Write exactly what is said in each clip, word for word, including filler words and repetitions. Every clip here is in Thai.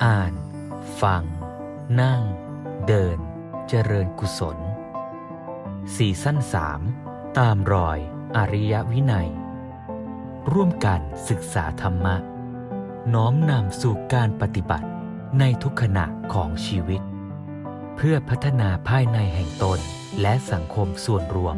อ่านฟังนั่งเดินเจริญกุศลซีซั่นสามตามรอยอริยวินัยร่วมกันศึกษาธรรมะน้อมนำสู่การปฏิบัติในทุกขณะของชีวิตเพื่อพัฒนาภายในแห่งตนและสังคมส่วนรวม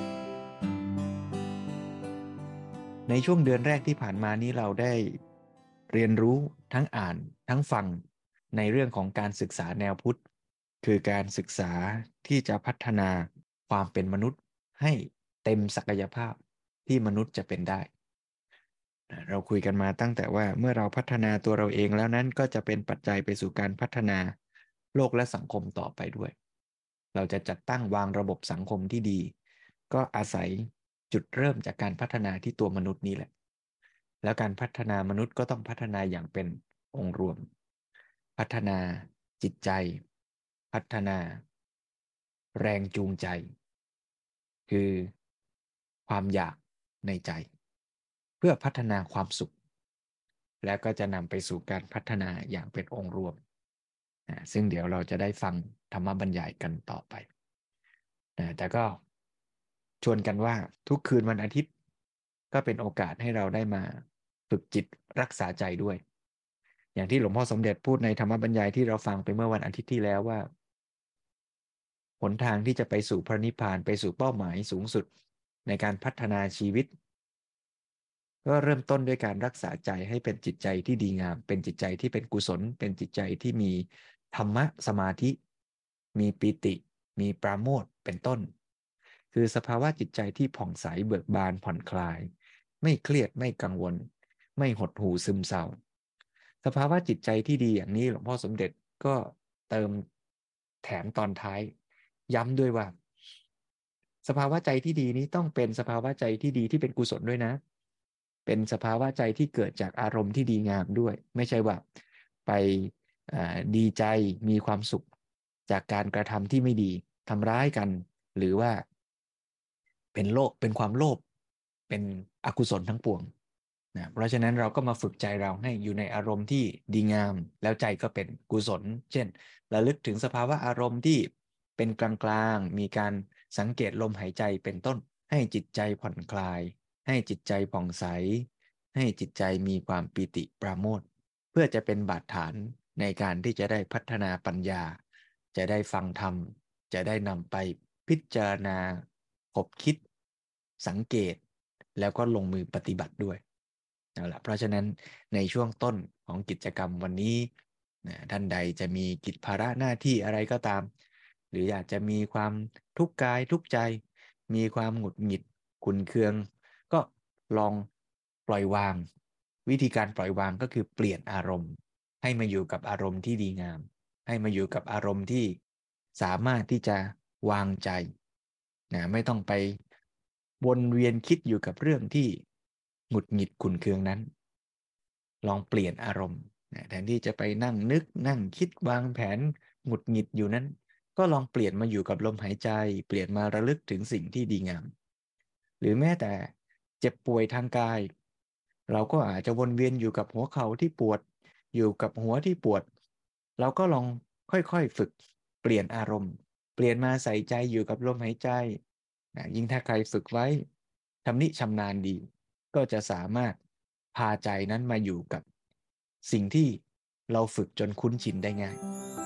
ในช่วงเดือนแรกที่ผ่านมานี้เราได้เรียนรู้ทั้งอ่านทั้งฟังในเรื่องของการศึกษาแนวพุทธคือการศึกษาที่จะพัฒนาความเป็นมนุษย์ให้เต็มศักยภาพที่มนุษย์จะเป็นได้เราคุยกันมาตั้งแต่ว่าเมื่อเราพัฒนาตัวเราเองแล้วนั้นก็จะเป็นปัจจัยไปสู่การพัฒนาโลกและสังคมต่อไปด้วยเราจะจัดตั้งวางระบบสังคมที่ดีก็อาศัยจุดเริ่มจากการพัฒนาที่ตัวมนุษย์นี่แหละแล้วการพัฒนามนุษย์ก็ต้องพัฒนาอย่างเป็นองค์รวมพัฒนาจิตใจพัฒนาแรงจูงใจคือความอยากในใจเพื่อพัฒนาความสุขแล้วก็จะนำไปสู่การพัฒนาอย่างเป็นองค์รวมนะซึ่งเดี๋ยวเราจะได้ฟังธรรมบรรยายกันต่อไปนะแต่ก็ชวนกันว่าทุกคืนวันอาทิตย์ก็เป็นโอกาสให้เราได้มาฝึกจิตรักษาใจด้วยอย่างที่หลวงพ่อสมเด็จพูดในธรรมบรรยายที่เราฟังไปเมื่อวันอาทิตย์ที่แล้วว่าหนทางที่จะไปสู่พระนิพพานไปสู่เป้าหมายสูงสุดในการพัฒนาชีวิตก็เริ่มต้นด้วยการรักษาใจให้เป็นจิตใจที่ดีงามเป็นจิตใจที่เป็นกุศลเป็นจิตใจที่มีธรรมะสมาธิมีปิติมีปราโมทย์เป็นต้นคือสภาวะจิตใจที่ผ่องใสเบิกบานผ่อนคลายไม่เครียดไม่กังวลไม่หดหู่ซึมเศร้าสภาวะจิตใจที่ดีอย่างนี้หลวงพ่อสมเด็จก็เติมแถมตอนท้ายย้ำด้วยว่าสภาวะใจที่ดีนี้ต้องเป็นสภาวะใจที่ดีที่เป็นกุศลด้วยนะเป็นสภาวะใจที่เกิดจากอารมณ์ที่ดีงามด้วยไม่ใช่ว่าไปดีใจมีความสุขจากการกระทำที่ไม่ดีทำร้ายกันหรือว่าเป็นโลภเป็นความโลภเป็นอกุศลทั้งปวงนะเพราะฉะนั้นเราก็มาฝึกใจเราให้อยู่ในอารมณ์ที่ดีงามแล้วใจก็เป็นกุศลเช่นระลึกถึงสภาวะอารมณ์ที่เป็นกลางๆมีการสังเกตลมหายใจเป็นต้นให้จิตใจผ่อนคลายให้จิตใจผ่องใสให้จิตใจมีความปีติปราโมทย์เพื่อจะเป็นบาดฐานในการที่จะได้พัฒนาปัญญาจะได้ฟังธรรมจะได้นำไปพิจารณาคบคิดสังเกตแล้วก็ลงมือปฏิบัติด้วยเอาละเพราะฉะนั้นในช่วงต้นของกิจกรรมวันนี้นะท่านใดจะมีกิจภาระหน้าที่อะไรก็ตามหรืออยากจะมีความทุกข์กายทุกข์ใจมีความหงุดหงิดขุ่นเคืองก็ลองปล่อยวางวิธีการปล่อยวางก็คือเปลี่ยนอารมณ์ให้มาอยู่กับอารมณ์ที่ดีงามให้มาอยู่กับอารมณ์ที่สามารถที่จะวางใจนะไม่ต้องไปวนเวียนคิดอยู่กับเรื่องที่หงุดหงิดขุ่นเคืองนั้นลองเปลี่ยนอารมณ์นะแทนที่จะไปนั่งนึกนั่งคิดวางแผนหงุดหงิดอยู่นั้นก็ลองเปลี่ยนมาอยู่กับลมหายใจเปลี่ยนมาระลึกถึงสิ่งที่ดีงามหรือแม้แต่เจ็บป่วยทางกายเราก็อาจจะวนเวียนอยู่กับหัวเข่าที่ปวดอยู่กับหัวที่ปวดเราก็ลองค่อยๆฝึกเปลี่ยนอารมณ์เปลี่ยนมาใส่ใจอยู่กับลมหายใจนะยิ่งถ้าใครฝึกไว้ทำนิชำนาญดีก็จะสามารถพาใจนั้นมาอยู่กับสิ่งที่เราฝึกจนคุ้นชินได้ง่าย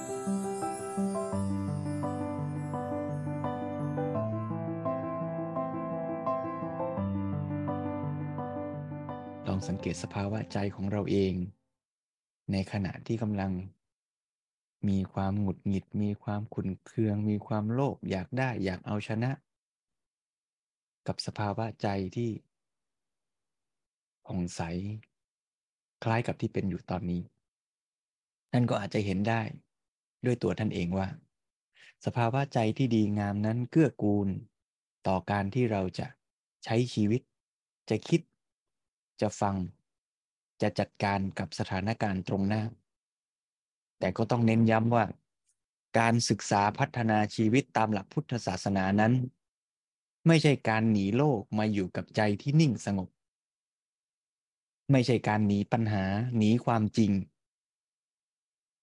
ลองสังเกตสภาวะใจของเราเองในขณะที่กำลังมีความหงุดหงิดมีความขุ่นเคืองมีความโลภอยากได้อยากเอาชนะกับสภาวะใจที่ผ่องใสคล้ายกับที่เป็นอยู่ตอนนี้ท่านก็อาจจะเห็นได้ด้วยตัวท่านเองว่าสภาวะใจที่ดีงามนั้นเกื้อกูลต่อการที่เราจะใช้ชีวิตจะคิดจะฟังจะจัดการกับสถานการณ์ตรงหน้าแต่ก็ต้องเน้นย้ำว่าการศึกษาพัฒนาชีวิตตามหลักพุทธศาสนานั้นไม่ใช่การหนีโลกมาอยู่กับใจที่นิ่งสงบไม่ใช่การหนีปัญหาหนีความจริง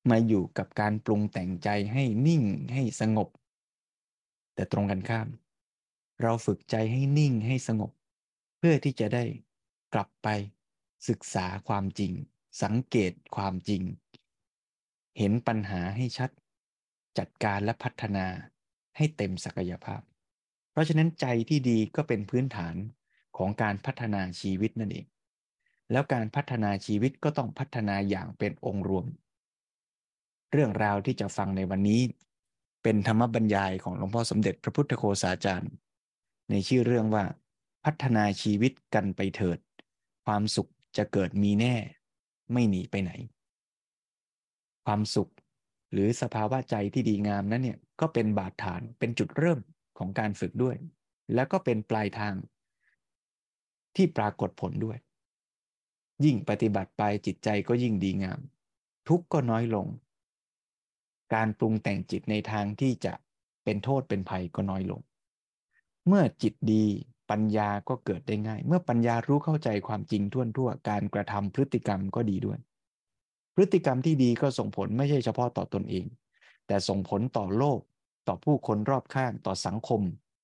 มาอยู่กับการปรุงแต่งใจให้นิ่งให้สงบแต่ตรงกันข้ามเราฝึกใจให้นิ่งให้สงบเพื่อที่จะได้กลับไปศึกษาความจริงสังเกตความจริงเห็นปัญหาให้ชัดจัดการและพัฒนาให้เต็มศักยภาพเพราะฉะนั้นใจที่ดีก็เป็นพื้นฐานของการพัฒนาชีวิตนั่นเองแล้วการพัฒนาชีวิตก็ต้องพัฒนาอย่างเป็นองค์รวมเรื่องราวที่จะฟังในวันนี้เป็นธรรมบรรยายของหลวงพ่อสมเด็จพระพุทธโฆษาจารย์ในชื่อเรื่องว่าพัฒนาชีวิตกันไปเถิดความสุขจะเกิดมีแน่ไม่หนีไปไหนความสุขหรือสภาวะใจที่ดีงามนั้นเนี่ยก็เป็นบาดฐานเป็นจุดเริ่มของการฝึกด้วยแล้วก็เป็นปลายทางที่ปรากฏผลด้วยยิ่งปฏิบัติไปจิตใจก็ยิ่งดีงามทุกข์ก็น้อยลงการปรุงแต่งจิตในทางที่จะเป็นโทษเป็นภัยก็น้อยลงเมื่อจิตดีปัญญาก็เกิดได้ง่ายเมื่อปัญญารู้เข้าใจความจริงทั่วๆการกระทำพฤติกรรมก็ดีด้วยพฤติกรรมที่ดีก็ส่งผลไม่ใช่เฉพาะต่อตนเองแต่ส่งผลต่อโลกต่อผู้คนรอบข้างต่อสังคม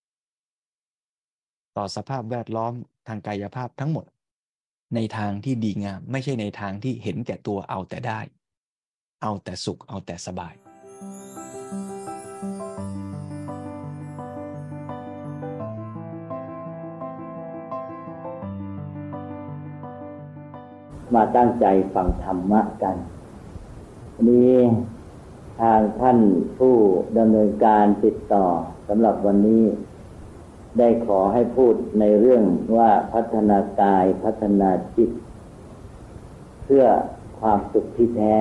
ต่อสภาพแวดล้อมทางกายภาพทั้งหมดในทางที่ดีงามไม่ใช่ในทางที่เห็นแก่ตัวเอาแต่ได้เอาแต่สุขเอาแต่สบายมาตั้งใจฟังธรรมะกันวันนี้ทางท่านผู้ดำเนินการติดต่อสำหรับวันนี้ได้ขอให้พูดในเรื่องว่าพัฒนากายพัฒนาจิตเพื่อความสุขที่แท้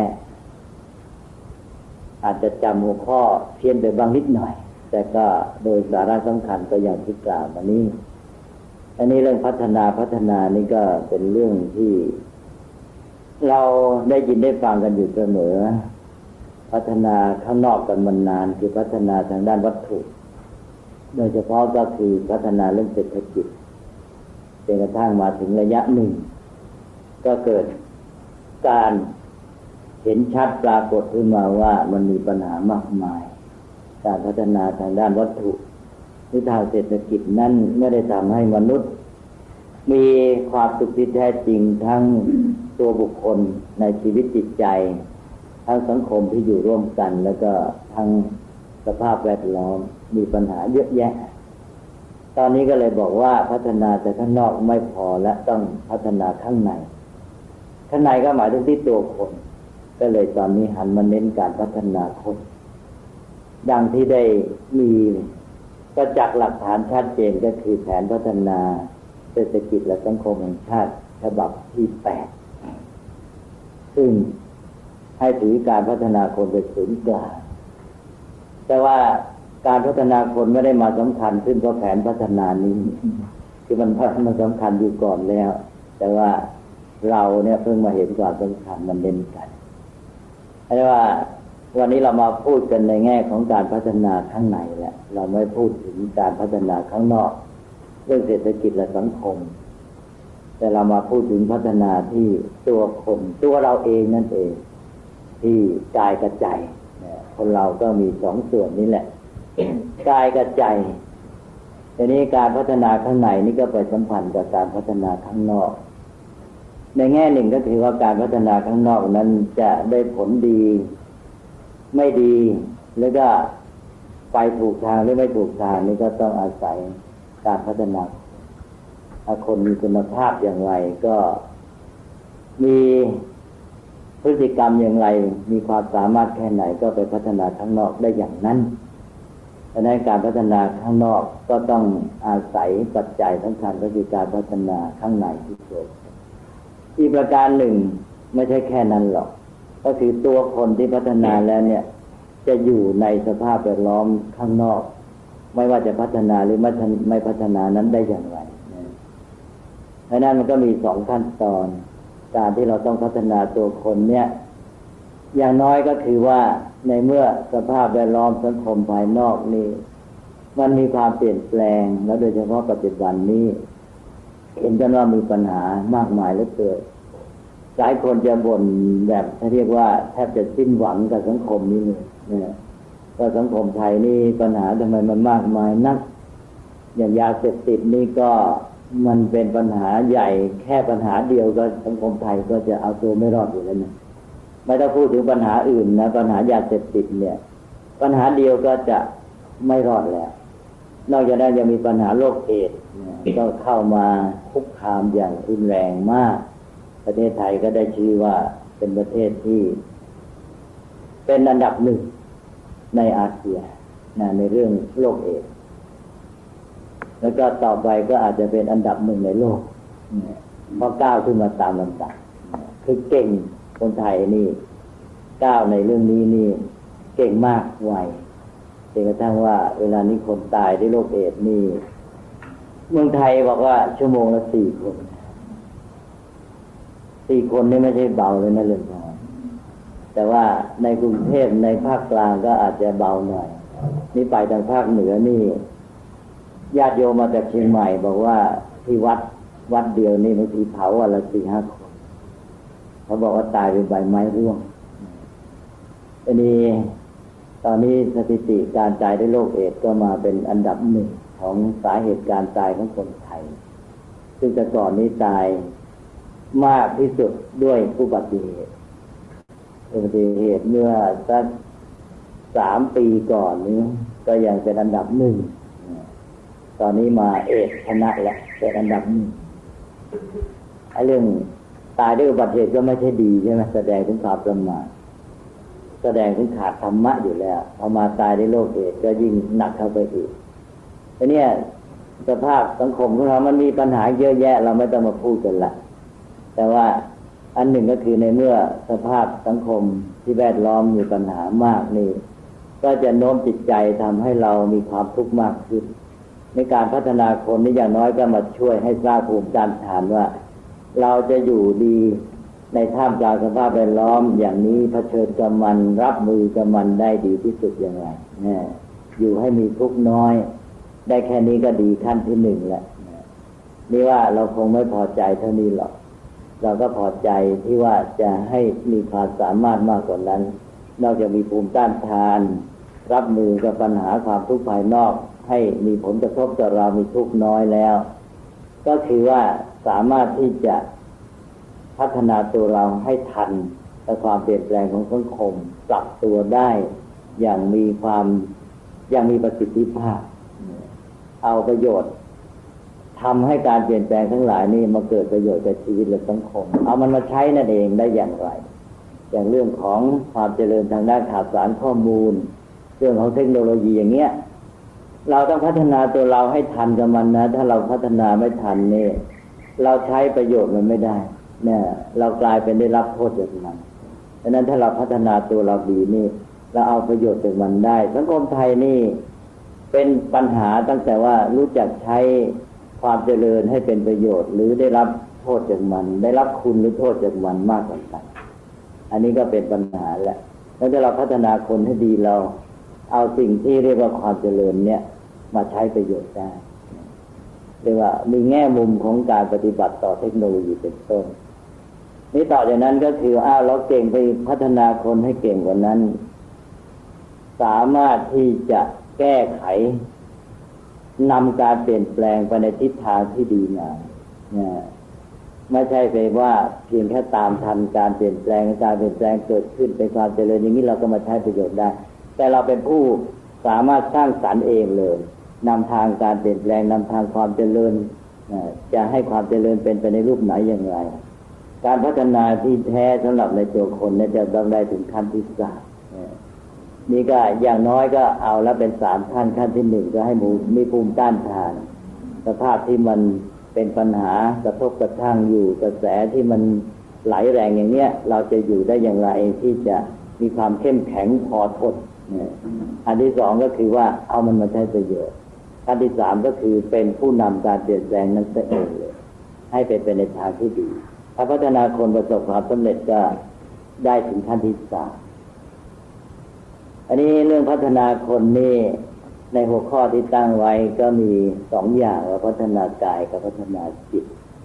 อาจจะจำหัวข้อเพี้ยนไปบ้างนิดหน่อยแต่ก็โดยสาระสำคัญก็อย่างที่กล่าวมานี้อันนี้เรื่องพัฒนาพัฒนานี่ก็เป็นเรื่องที่เราได้ยินได้ฟังกันอยู่เสมอพัฒนาข้างนอกกันมานานคือพัฒนาทางด้านวัตถุโดยเฉพาะก็คือพัฒนาเรื่องเศรษฐกิจจนกระทั่งมาถึงระยะหนึ่งก็เกิดการเห็นชัดปรากฏขึ้นมาว่ามันมีปัญหามากมายการพัฒนาทางด้านวัตถุหรือทางเศรษฐกิจนั้นไม่ได้ทำให้มนุษย์มีความสุขที่แท้จริงทั้งตัวบุคคลในชีวิตจิตใจทั้งสังคมที่อยู่ร่วมกันแล้วก็ทั้งสภาพแวดล้อมมีปัญหาเยอะแยะตอนนี้ก็เลยบอกว่าพัฒนาแต่ข้างนอกไม่พอและต้องพัฒนาข้างในข้างในก็หมายถึงที่ตัวคนก็เลยตอนนี้หันมาเน้นการพัฒนาคนดังที่ได้มีประจักษ์หลักฐานชัดเจนก็คือแผนพัฒนาเศรษฐกิจและสังคมแห่งชาติฉบับที่แปดซึ่งให้ถือการพัฒนาคนเป็นศูนย์กลางแต่ว่าการพัฒนาคนไม่ได้มาสำคัญขึ้นเพราะแผนพัฒนานี้คือมันมันสำคัญอยู่ก่อนแล้วแต่ว่าเราเนี่ยเพิ่งมาเห็นความสำคัญมันเด่นกันเพราะว่าวันนี้เรามาพูดกันในแง่ของการพัฒนาข้างในแหละเราไม่พูดถึงการพัฒนาข้างนอกเรื่องเศรษฐกิจและสังคมแต่เรามาพูดถึงพัฒนาที่ตัวคนตัวเราเองนั่นเองที่กายกับใจคนเราก็มีสองส่วนนี้แหละกายกับใจทีนี้การพัฒนาข้างในนี่ก็ไปสัมพันธ์กับการพัฒนาข้างนอกในแง่หนึ่งก็ถือว่าการพัฒนาข้างนอกนั้นจะได้ผลดีไม่ดีหรือก็ไปถูกทางหรือไม่ถูกทางนี่ก็ต้องอาศัยการพัฒนาถ้าคนมีคุณภาพอย่างไรก็มีพฤติกรรมอย่างไรมีความสามารถแค่ไหนก็ไปพัฒนาข้างนอกได้อย่างนั้นดังนั้นการพัฒนาข้างนอกก็ต้องอาศัยปัจจัยสำคัญก็คือการพัฒนาข้างในที่เกิดอีกประการหนึ่งไม่ใช่แค่นั้นหรอกก็คือตัวคนที่พัฒนาแล้วเนี่ยจะอยู่ในสภาพแวดล้อมข้างนอกไม่ว่าจะพัฒนาหรือไม่พัฒนานั้นได้อย่างไรเพราะนั้นมันก็มีสองขั้นตอนการที่เราต้องพัฒนาตัวคนเนี่ยอย่างน้อยก็คือว่าในเมื่อสภาพแวดล้อมสังคมภายนอกนี้มันมีความเปลี่ยนแปลงแล้วโดยเฉพาะปัจจุบันนี้เห็นกันว่ามีปัญหามากมายเหลือเกินหลายคนจะบ่นแบบถ้าเรียกว่าแทบจะสิ้นหวังกับสังคมนี้เลยเนี่ยก็สังคมไทยนี่ปัญหาทำไมมันมากมายนักอย่างยาเสพติดนี่ก็มันเป็นปัญหาใหญ่แค่ปัญหาเดียวก็สังคมไทยก็จะเอาตัวไม่รอดอยู่แล้วนะไม่ต้องพูดถึงปัญหาอื่นนะปัญหายาเสพติดเนี่ยปัญหาเดียวก็จะไม่รอดแล้วนอกจากนั้นยังมีปัญหาโรคเอดส์ก็เข้ามาคุกคามอย่างรุนแรงมากประเทศไทยก็ได้ชื่อว่าเป็นประเทศที่เป็นอันดับหนึ่งในอาเซียนะในเรื่องโรคเอดส์แล้วก็ต่อไปก็อาจจะเป็นอันดับหนึ่งในโลกเพราะก้าวขึ้นมาตามลำดับคือเก่งคนไทยนี่ก้าวในเรื่องนี้นี่เก่งมากไวจนกระทั่งว่าเวลานี้คนตายด้วยโรคเอดส์นี่เมืองไทยบอกว่าชั่วโมงละสี่คนสี่คนนี่ไม่ใช่เบาเลยนะเรื่องของแต่ว่าในกรุงเทพในภาคกลางก็อาจจะเบาหน่อยนี่ไปทางภาคเหนือนี่ญาติโยมมาจากเชียงใหม่บอกว่าที่วัดวัดเดียวนี่บางทีเผาวันละสี่ห้าคนเขาบอกว่าตายเป็นใบไม้ร่วงอันนี้ตอนนี้สถิติการตายด้วยโรคเอดส์ก็มาเป็นอันดับหนึ่งของสาเหตุการตายของคนไทยซึ่งแต่ก่อนนี้ตายมากที่สุดด้วยอุบัติเหตุอุบัติเหตุเมื่อสักสามปีก่อนนี้ก็ยังเป็นอันดับหนึ่งตอนนี้มาเอดส์ชนะแล้วเป็นอันดับหนึ่งไอ้เรื่องตายด้วยอุบัติเหตุก็ไม่ใช่ดีใช่ไหมแสดงถึงความประมาทแสดงถึงขาดธรรมะอยู่แล้วพอมาตายด้วยโรคเอดส์ก็ยิ่งหนักเข้าไปอีกทีนี้สภาพสังคมของเรามันมีปัญหาเยอะแยะเราไม่ต้องมาพูดกันละแต่ว่าอันหนึ่งก็คือในเมื่อสภาพสังคมที่แวดล้อมมีปัญหามากนี่ก็จะโน้มจิตใจทำให้เรามีความทุกข์มากขึ้นในการพัฒนาคนนี่อย่างน้อยก็มาช่วยให้สร้างภูมิต้านทานว่าเราจะอยู่ดีในท่ามกลางสภาพแวดล้อมอย่างนี้เผชิญกับมันรับมือกับมันได้ดีที่สุดยังไงเนี่ยอยู่ให้มีทุกข์น้อยได้แค่นี้ก็ดีขั้นที่หนึ่งแหละนี่ว่าเราคงไม่พอใจเท่านี้หรอกเราก็พอใจที่ว่าจะให้มีความสามารถมากกว่านั้นนอกจากมีภูมิต้านทานรับมือกับปัญหาความทุกข์ภายนอกให้มีผลกระทบต่อเรามีทุกข์น้อยแล้วก็คือว่าสามารถที่จะพัฒนาตัวเราให้ทันกับความเปลี่ยนแปลงของสังคมปรับตัวได้อย่างมีความอย่างมีประสิทธิภาพเอาประโยชน์ทำให้การเปลี่ยนแปลงทั้งหลายนี่มาเกิดประโยชน์กับชีวิตและสังคมเอามันมาใช้นั่นเองได้อย่างไรอย่างเรื่องของความเจริญทางด้านข่าวสารข้อมูลเรื่องของเทคโนโลยีอย่างเงี้ยเราต้องพัฒนาตัวเราให้ทันกับมันนะถ้าเราพัฒนาไม่ทันนี่เราใช้ประโยชน์มันไม่ได้เนี่ยเรากลายเป็นได้รับโทษจากมันดังนั้นถ้าเราพัฒนาตัวเราดีนี่เราเอาประโยชน์จากมันได้สังคมไทยนี่เป็นปัญหาตั้งแต่ว่ารู้จักใช้ความเจริญให้เป็นประโยชน์หรือได้รับโทษจากมันได้รับคุณหรือโทษจากมันมากกว่ากันอันนี้ก็เป็นปัญหาแหละแล้วถ้าเราพัฒนาคนให้ดีเราเอาสิ่งที่เรียกว่าความเจริญเนี่ยมาใช้ประโยชน์ได้เรียกว่ามีแง่มุมของการปฏิบัติต่อเทคโนโลยีเป็นต้นนี่ต่อจากนั้นก็คืออ้าวเราเก่งไปพัฒนาคนให้เก่งกว่านั้นสามารถที่จะแก้ไขนำการเปลี่ยนแปลงไปในทิศทางที่ดีงามนะไม่ใช่ไปว่าเพียงแค่ตามทันการเปลี่ยนแปลงการเปลี่ยนแปลงเกิดขึ้นเป็นความเจริญอย่างนี้เราก็มาใช้ประโยชน์ได้แต่เราเป็นผู้สามารถสร้างสรรค์เองเลยนำทางการเปลี่ยนแปลงนำทางความเจริญจะให้ความเจริญเป็นไปในรูปไหนอย่างไรการพัฒนาที่แท้สำหรับในตัวคนเนี่ยจะต้องได้ถึงขั้นที่สามนี่ก็อย่างน้อยก็เอาแล้วเป็นสามขั้นขั้นที่หนึ่งก็ให้มีภูมิต้านทานสภาพที่มันเป็นปัญหากระทบกระทั่งอยู่กระแสที่มันไหลแรงอย่างเนี้ยเราจะอยู่ได้อย่างไรที่จะมีความเข้มแข็งพอทนอันที่สองก็คือว่าเอามันมาใช้ประโยชน์ขั้นที่สามก็คือเป็นผู้นำการเปลี่ยนแปลงนั้นเองเลยให้เป็นไปในทางที่ดีถ้าพัฒนาคนประสบความสำเร็จก็ได้ถึงขั้นที่สามอันนี้เรื่องพัฒนาคนนี่ในหัวข้อที่ตั้งไว้ก็มีสองอย่างว่าพัฒนากายกับพัฒนาจิต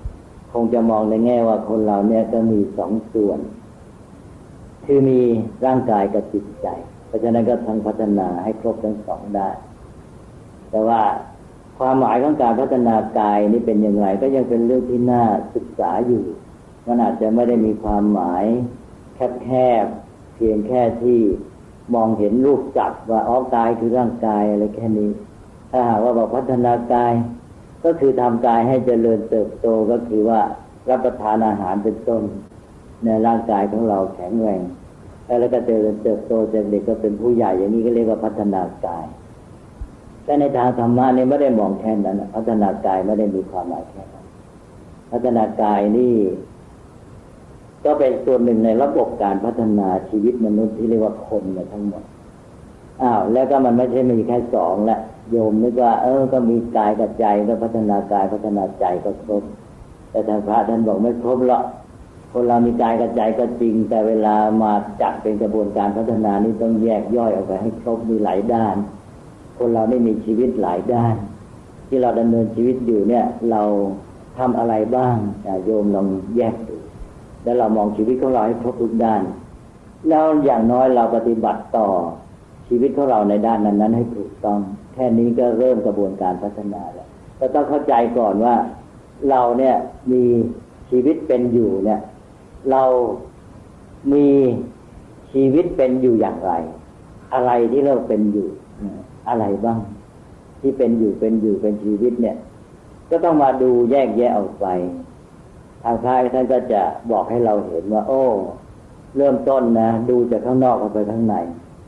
คงจะมองในแง่ว่าคนเราเนี่ยก็มีสองส่วนคือมีร่างกายกับจิตใจเพราะฉะนั้นก็ทั้งพัฒนาให้ครบทั้งสองได้แต่ว่าความหมายของการพัฒนากายนี่เป็นอย่างไรก็ยังเป็นเรื่องที่น่าศึกษาอยู่มันอาจจะไม่ได้มีความหมายแคบๆเพียงแค่ที่มองเห็นรูปจักรว่าอ๋อกายคือร่างกายอะไรแค่นี้ถ้าหากว่าบอกพัฒนากายก็คือทำกายให้เจริญเติบโตก็คือว่ารับประทานอาหารเป็นต้นในร่างกายของเราแข็งแรงแล้วก็เจริญเติบโตจากเด็กก็เป็นผู้ใหญ่อย่างนี้ก็เรียกว่าพัฒนากายแต่ในทางธรรมะนี่ไม่ได้มองแค่นั้นพัฒนากายไม่ได้มีความหมายแค่นั้นพัฒนากายนี่ก็เป็นส่วนหนึ่งในระบบการพัฒนาชีวิตมนุษย์ที่เรียกว่าคนเนี่ยทั้งหมดอ้าวแล้วก็มันไม่ใช่มีแค่สองแหละโยมนึกว่าเออก็มีกายกับใจก็พัฒนากายพัฒนาใจก็ครบแต่ทางพระท่านบอกไม่ครบหรอกคนเรามีกายกับใจก็จริงแต่เวลามาจัดเป็นกระบวนการพัฒนานี่ต้องแยกย่อยออกไปให้ครบมีหลายด้านคนเราได้มีชีวิตหลายด้านที่เราดำเนินชีวิตอยู่เนี่ยเราทำอะไรบ้างโยมลองแยกดูแล้วเรามองชีวิตของเราให้ครบทุกด้านแล้วอย่างน้อยเราปฏิบัติต่อชีวิตของเราในด้านนั้นๆให้ถูกต้องแค่นี้ก็เริ่มกระบวนการพัฒนาแล้วแต่ต้องเข้าใจก่อนว่าเราเนี่ยมีชีวิตเป็นอยู่เนี่ยเรามีชีวิตเป็นอยู่อย่างไรอะไรที่เราเป็นอยู่อะไรบ้างที่เป็นอยู่เป็นอยู่เป็นชีวิตเนี่ยก็ต้องมาดูแยกแยะออกไปทางพระท่านก็จะบอกให้เราเห็นว่าโอ้เริ่มต้นนะดูจากข้างนอกเข้าไปข้างใน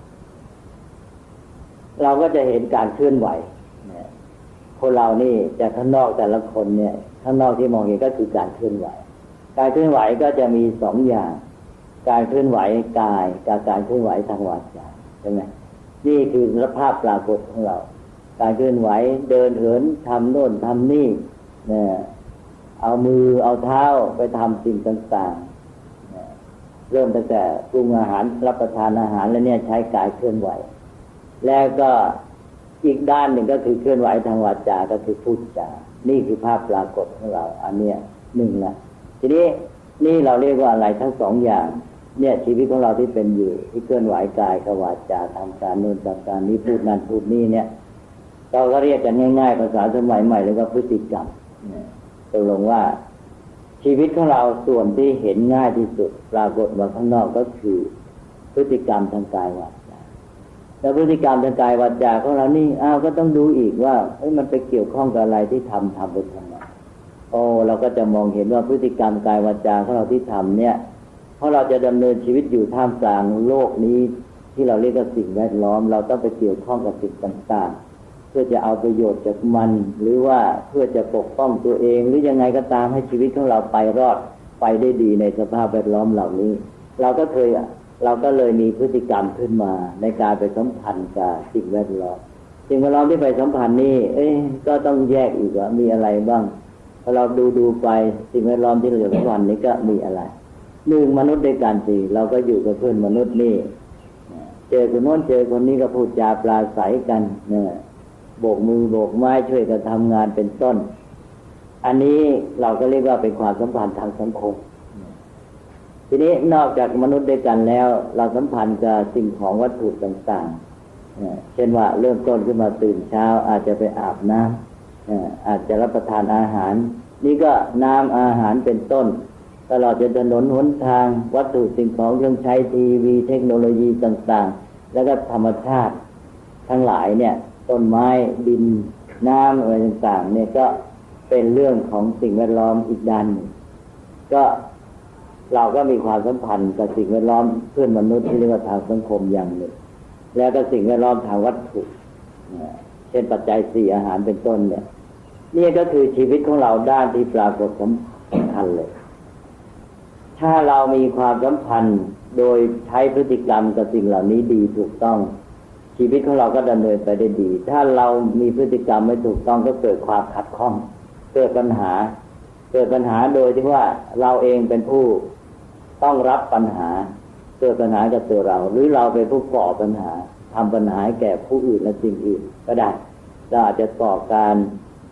เราก็จะเห็นการเคลื่อนไหวคนเรานี่จากข้างนอกแต่ละคนเนี่ยข้างนอกที่มองเห็นก็คือการเคลื่อนไหวการเคลื่อนไหวก็จะมีสองอย่างการเคลื่อนไหวกายกับการเคลื่อนไหวทางวาจาใช่ไหมนี่คือสภาพปรากฏของเราการเคลื่อนไหวเดินเหินทำโน่นทำนี่เนี่ยเอามือเอาเท้าไปทำสิ่งต่างๆเริ่มตั้งแต่ปรุงอาหารรับประทานอาหารแล้วเนี่ยใช้กายเคลื่อนไหวแล้วก็อีกด้านหนึ่งก็คือเคลื่อนไหวทางวาจาก็คือพูดจานี่คือภาพปรากฏของเราอันเนี้ยหนึ่งละทีนี้นี่เราเรียกว่าอะไรทั้งสองอย่างเนี่ยชีวิตของเราที่เป็นอยู่ที่เคลื่อนไหวกายกับวาจาทำการโน้นทำการนี้พูดนั่นพูดนี่เนี่ยเราก็เรียกกันง่ายๆภาษาสมัยใหม่เลยว่าพฤติกรรมตกลงว่าชีวิตของเราส่วนที่เห็นง่ายที่สุดปรากฏมาข้างนอกก็คือพฤติกรรมทางกายวาจาแล้วพฤติกรรมทางกายวาจาของเรานี่อ้าวก็ต้องดูอีกว่าเอ้ยมันไปเกี่ยวข้องกับอะไรที่ทำทำไปทำไมโอ้เราก็จะมองเห็นว่าพฤติกรรมกายวาจาของเราที่ทำเนี่ยเพราะเราจะดำเนินชีวิตอยู่ท่ามกลางโลกนี้ที่เราเรียกว่าสิ่งแวดล้อมเราต้องไปเกี่ยวข้องกับสิ่งต่างๆเพื่อจะเอาประโยชน์จากมันหรือว่าเพื่อจะปกป้องตัวเองหรือยังไงก็ตามให้ชีวิตของเราไปรอดไปได้ดีในสภาพแวดล้อมเหล่านี้เราก็เคยเราก็เลยมีพฤติกรรมขึ้นมาในการไปสัมพันธ์กับสิ่งแวดล้อมสิ่งแวดล้อมที่ไปสัมพันธ์นี่เอ๊ะก็ต้องแยกอีกว่ามีอะไรบ้างพอเราดูดูไปสิ่งแวดล้อมที่เราสัมพันธ์นี้ก็มีอะไรหนึ่งมนุษย์ด้วยกันสิเราก็อยู่กับเพื่อนมนุษย์นี่เจอคนโน้นเจอคนนี้ก็พูดจาปราศัยกันเนี่ยโบกมือโบกไม้ช่วยกันทำงานเป็นต้นอันนี้เราก็เรียกว่าเป็นความสัมพันธ์ทางสังคมทีนี้นอกจากมนุษย์ด้วยกันแล้วเราสัมพันธ์กับสิ่งของวัตถุต่างๆเช่นว่าเริ่มต้นขึ้นมาตื่นเช้าอาจจะไปอาบน้ำอาจจะรับประทานอาหารนี่ก็น้ำอาหารเป็นต้นตลอดจนถนนหนทางวัตถุสิ่งของเครื่องใช้ทีวีเทคโนโลยีต่างๆแล้วก็ธรรมชาติทั้งหลายเนี่ยต้นไม้ดินน้ำอะไรต่างๆเนี่ยก็เป็นเรื่องของสิ่งแวดล้อมอีกด้านหนึ่งก็เราก็มีความสัมพันธ์กับสิ่งแวดล้อมเพื่อนมนุษย์ที่เรียกว่าทางสังคมอย่างหนึ่งแล้วก็สิ่งแวดล้อมทางวัตถุเช่นปัจจัยสี่อาหารเป็นต้นเนี่ยนี่ก็คือชีวิตของเราด้านที่ปรากฏสำคัญเลยถ้าเรามีความสัมพันธ์โดยใช้พฤติกรรมกับสิ่งเหล่านี้ดีถูกต้องชีวิตของเราก็ดำเนินไปได้ดีถ้าเรามีพฤติกรรมไม่ถูกต้องก็เกิดความขัดข้องเกิดปัญหาเกิดปัญหาโดยที่ว่าเราเองเป็นผู้ต้องรับปัญหาเกิดปัญหากับตัวเราหรือเราเป็นผู้ก่อปัญหาทำปัญหาให้แก่ผู้อื่นและสิ่งอื่นก็ได้เราอาจจะก่อการ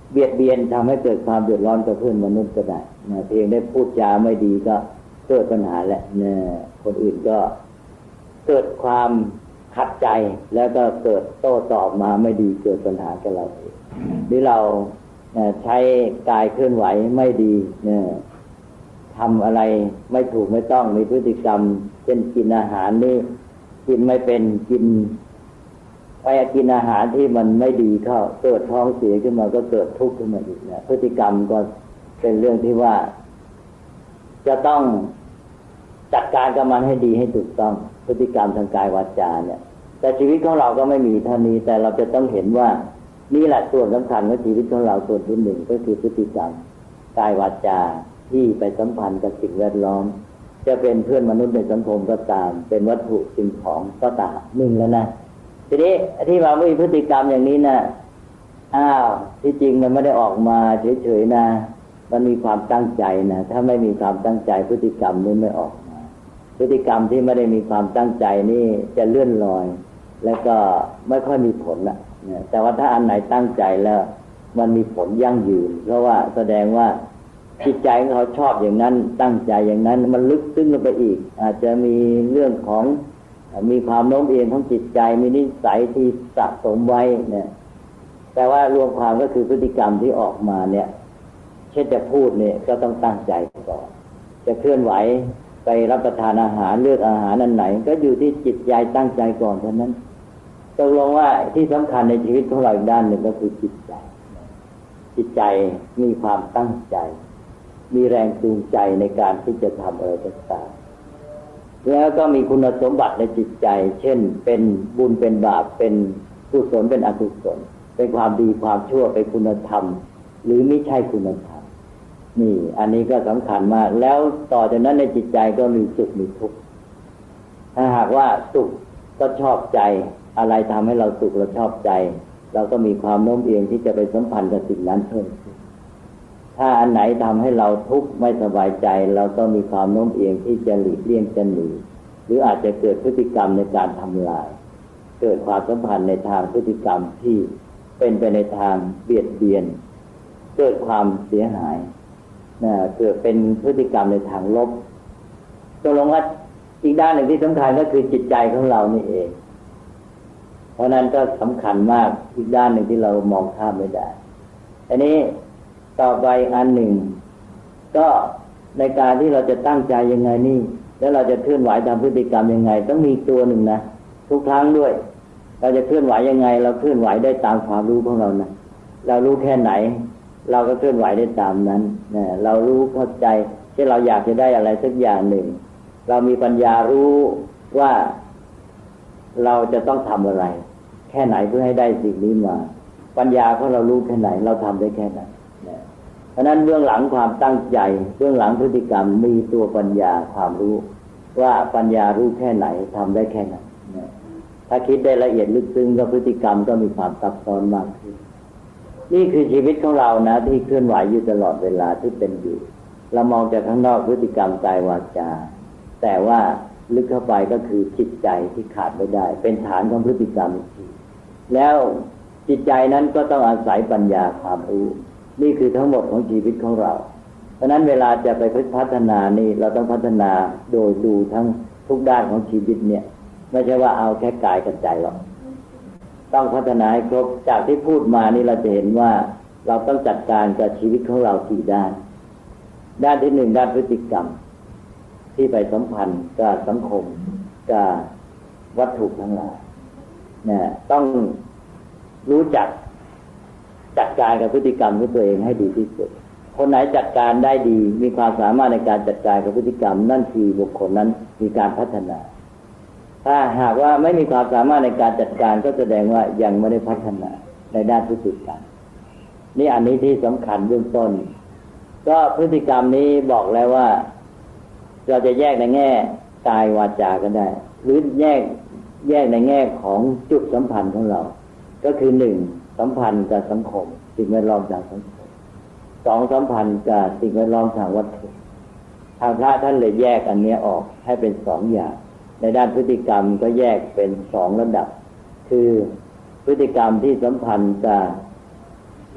เบียดเบียนทำให้เกิดความเดือดร้อนกับเพื่อนมนุษย์ก็ได้นะเพียงได้พูดจาไม่ดีก็เกิดปัญหาแหละนะคนอื่นก็เกิดความขัดใจแล้วก็เกิดโต้ตอบมาไม่ดีเกิดปัญหากับเราเองหรือเราใช้กายเคลื่อนไหวไม่ดีเนี่ยทำอะไรไม่ถูกไม่ต้องมีพฤติกรรมเช่นกินอาหารนี่กินไม่เป็นกินไปกินอาหารที่มันไม่ดีเข้าเกิดท้องเสียขึ้นมาก็เกิดทุกข์ขึ้นมาอีกนะพฤติกรรมก็เป็นเรื่องที่ว่าจะต้องจัดการกับมันให้ดีให้ถูกต้องพฤติกรรมทางกายวาจาเนี่ยแต่ชีวิตของเราก็ไม่มีเท่านี้แต่เราจะต้องเห็นว่านี่แหละส่วนสำคัญของชีวิตของเราส่วนที่หนึ่งก็คือพฤติกรรมกายวาจาที่ไปสัมพันธ์กับสิ่งแวดล้อมจะเป็นเพื่อนมนุษย์ในสังคมก็ตามเป็นวัตถุสิ่งของก็ตามหนึ่งแล้วนะทีนี้ที่มามีพฤติกรรมอย่างนี้นะอ้าวที่จริงมันไม่ได้ออกมาเฉยๆนะมันมีความตั้งใจนะถ้าไม่มีความตั้งใจพฤติกรรมนี้ไม่ออกมาพฤติกรรมที่ไม่ได้มีความตั้งใจนี่จะเลื่อนลอยแล้วก็ไม่ค่อยมีผลละแต่ว่าถ้าอันไหนตั้งใจแล้วมันมีผลยั่งยืนเพราะว่าแสดงว่าจิตใจของเขาชอบอย่างนั้นตั้งใจอย่างนั้นมันลึกซึ้งลงไปอีกอาจจะมีเรื่องของมีความโน้มเอียงของจิตใจมีนิสัยที่สะสมไว้เนี่ยแต่ว่ารวมความก็คือพฤติกรรมที่ออกมาเนี่ยเช่นจะพูดเนี่ยก็ต้องตั้งใจก่อนจะเคลื่อนไหวไปรับประทานอาหารเลือกอาหารอันไหนก็อยู่ที่จิตใจตั้งใจก่อนเท่านั้นตกลงว่าที่สำคัญในชีวิตของเราอีกด้านหนึ่งก็คือจิตใจจิตใจมีความตั้งใจมีแรงจูงใจในการที่จะทำอะไรต่างๆแล้วก็มีคุณสมบัติในจิตใจเช่นเป็นบุญเป็นบาปเป็นกุศลเป็นอกุศลเป็นความดีความชั่วเป็นคุณธรรมหรือไม่ใช่คุณธรรมนี่อันนี้ก็สำคัญมากแล้วต่อจากนั้นในจิตใจก็มีสุขมีทุกข์ถ้าหากว่าสุขก็ชอบใจอะไรทำให้เราสุขเราชอบใจเราก็มีความโน้มเอียงที่จะไปสัมพันธ์กับสิ่งนั้นเพิ่มขึ้นถ้าอันไหนทำให้เราทุกข์ไม่สบายใจเราก็มีความโน้มเอียงที่จะหลีกเลี่ยงจะหนีหรืออาจจะเกิดพฤติกรรมในการทำลายเกิดความสัมพันธ์ในทางพฤติกรรมที่เป็นไปในทางเบียดเบียนเกิดความเสียหายนะเกิดเป็นพฤติกรรมในทางลบตกลงว่าอีกด้านหนึ่งที่สำคัญก็คือจิตใจของเรานี่เองเพราะนั้นก็สำคัญมากอีกด้านหนึ่งที่เรามองข้ามไม่ได้อันนี้ต่อไปอันหนึ่งก็ในการที่เราจะตั้งใจยังไงนี่แล้วเราจะเคลื่อนไหวตามพฤติกรรมยังไงต้องมีตัวหนึ่งนะทุกครั้งด้วยเราจะเคลื่อนไหวยังไงเราเคลื่อนไหวได้ตามความรู้ของเรานะเรารู้แค่ไหนเราก็เคลื่อนไหวได้ตามนั้นนะเรารู้เข้าใจที่เราอยากจะได้อะไรสักอย่างหนึ่งเรามีปัญญารู้ว่าเราจะต้องทำอะไรแค่ไหนเพื่อให้ได้สิ่งนี้มาปัญญาของเรารู้แค่ไหนเราทำได้แค่ไหนนะเพราะนั้นเบื้องหลังความตั้งใจเบื้องหลังพฤติกรรมมีตัวปัญญาความรู้ว่าปัญญารู้แค่ไหนทำได้แค่ไหนนะถ้าคิดได้ละเอียดลึกซึ้งก็พฤติกรรมก็มีความซับซ้อนมากขึ้นนี่คือชีวิตของเรานะที่เคลื่อนไหวอยู่ตลอดเวลาที่เป็นอยู่เรามองจากข้างนอกพฤติกรรมกายวาจาแต่ว่าลึกเข้าไปก็คือจิตใจที่ขาดไม่ได้เป็นฐานของพฤติกรรมอีกทีแล้วจิตใจนั้นก็ต้องอาศัยปัญญาความรู้นี่คือทั้งหมดของชีวิตของเราเพราะนั้นเวลาจะไปพัฒนานี่เราต้องพัฒนาโดยดูทั้งทุกด้านของชีวิตเนี่ยไม่ใช่ว่าเอาแค่กายกับใจหรอกต้องพัฒนาให้ครบจากที่พูดมานี่เราจะเห็นว่าเราต้องจัดการกับชีวิตของเราสี่ด้านด้านที่หนึ่งด้านพฤติกรรมที่ไปสัมพันธ์กับสังคมกับวัตถุทั้งหลายเนี่ยต้องรู้จักจัดการกับพฤติกรรมของตัวเองให้ดีที่สุดคนไหนจัดการได้ดีมีความสามารถในการจัดการกับพฤติกรรมนั่นคือบุคคลนั้นมีการพัฒนาถ้าหากว่าไม่มีความสามารถในการจัดการก็แสดงว่ายังไม่ได้พัฒนาในด้านพฤติกรรมนี่อันนี้ที่สำคัญเบื้องต้นก็พฤติกรรมนี้บอกแล้วว่าเราจะแยกในแง่กายวาจาก็ได้หรือแยกแยกในแง่ของจุดสัมพันธ์ของเราก็คือหนึ่งสัมพันธ์กับสังคมสิ่งแวดล้อมทางสังคมสองสัมพันธ์กับสิ่งแวดล้อมทางวัตถุทางพระท่านเลยแยกอันนี้ออกให้เป็นสองอย่างในด้านพฤติกรรมก็แยกเป็นสองระดับคือพฤติกรรมที่สัมพันธ์กับ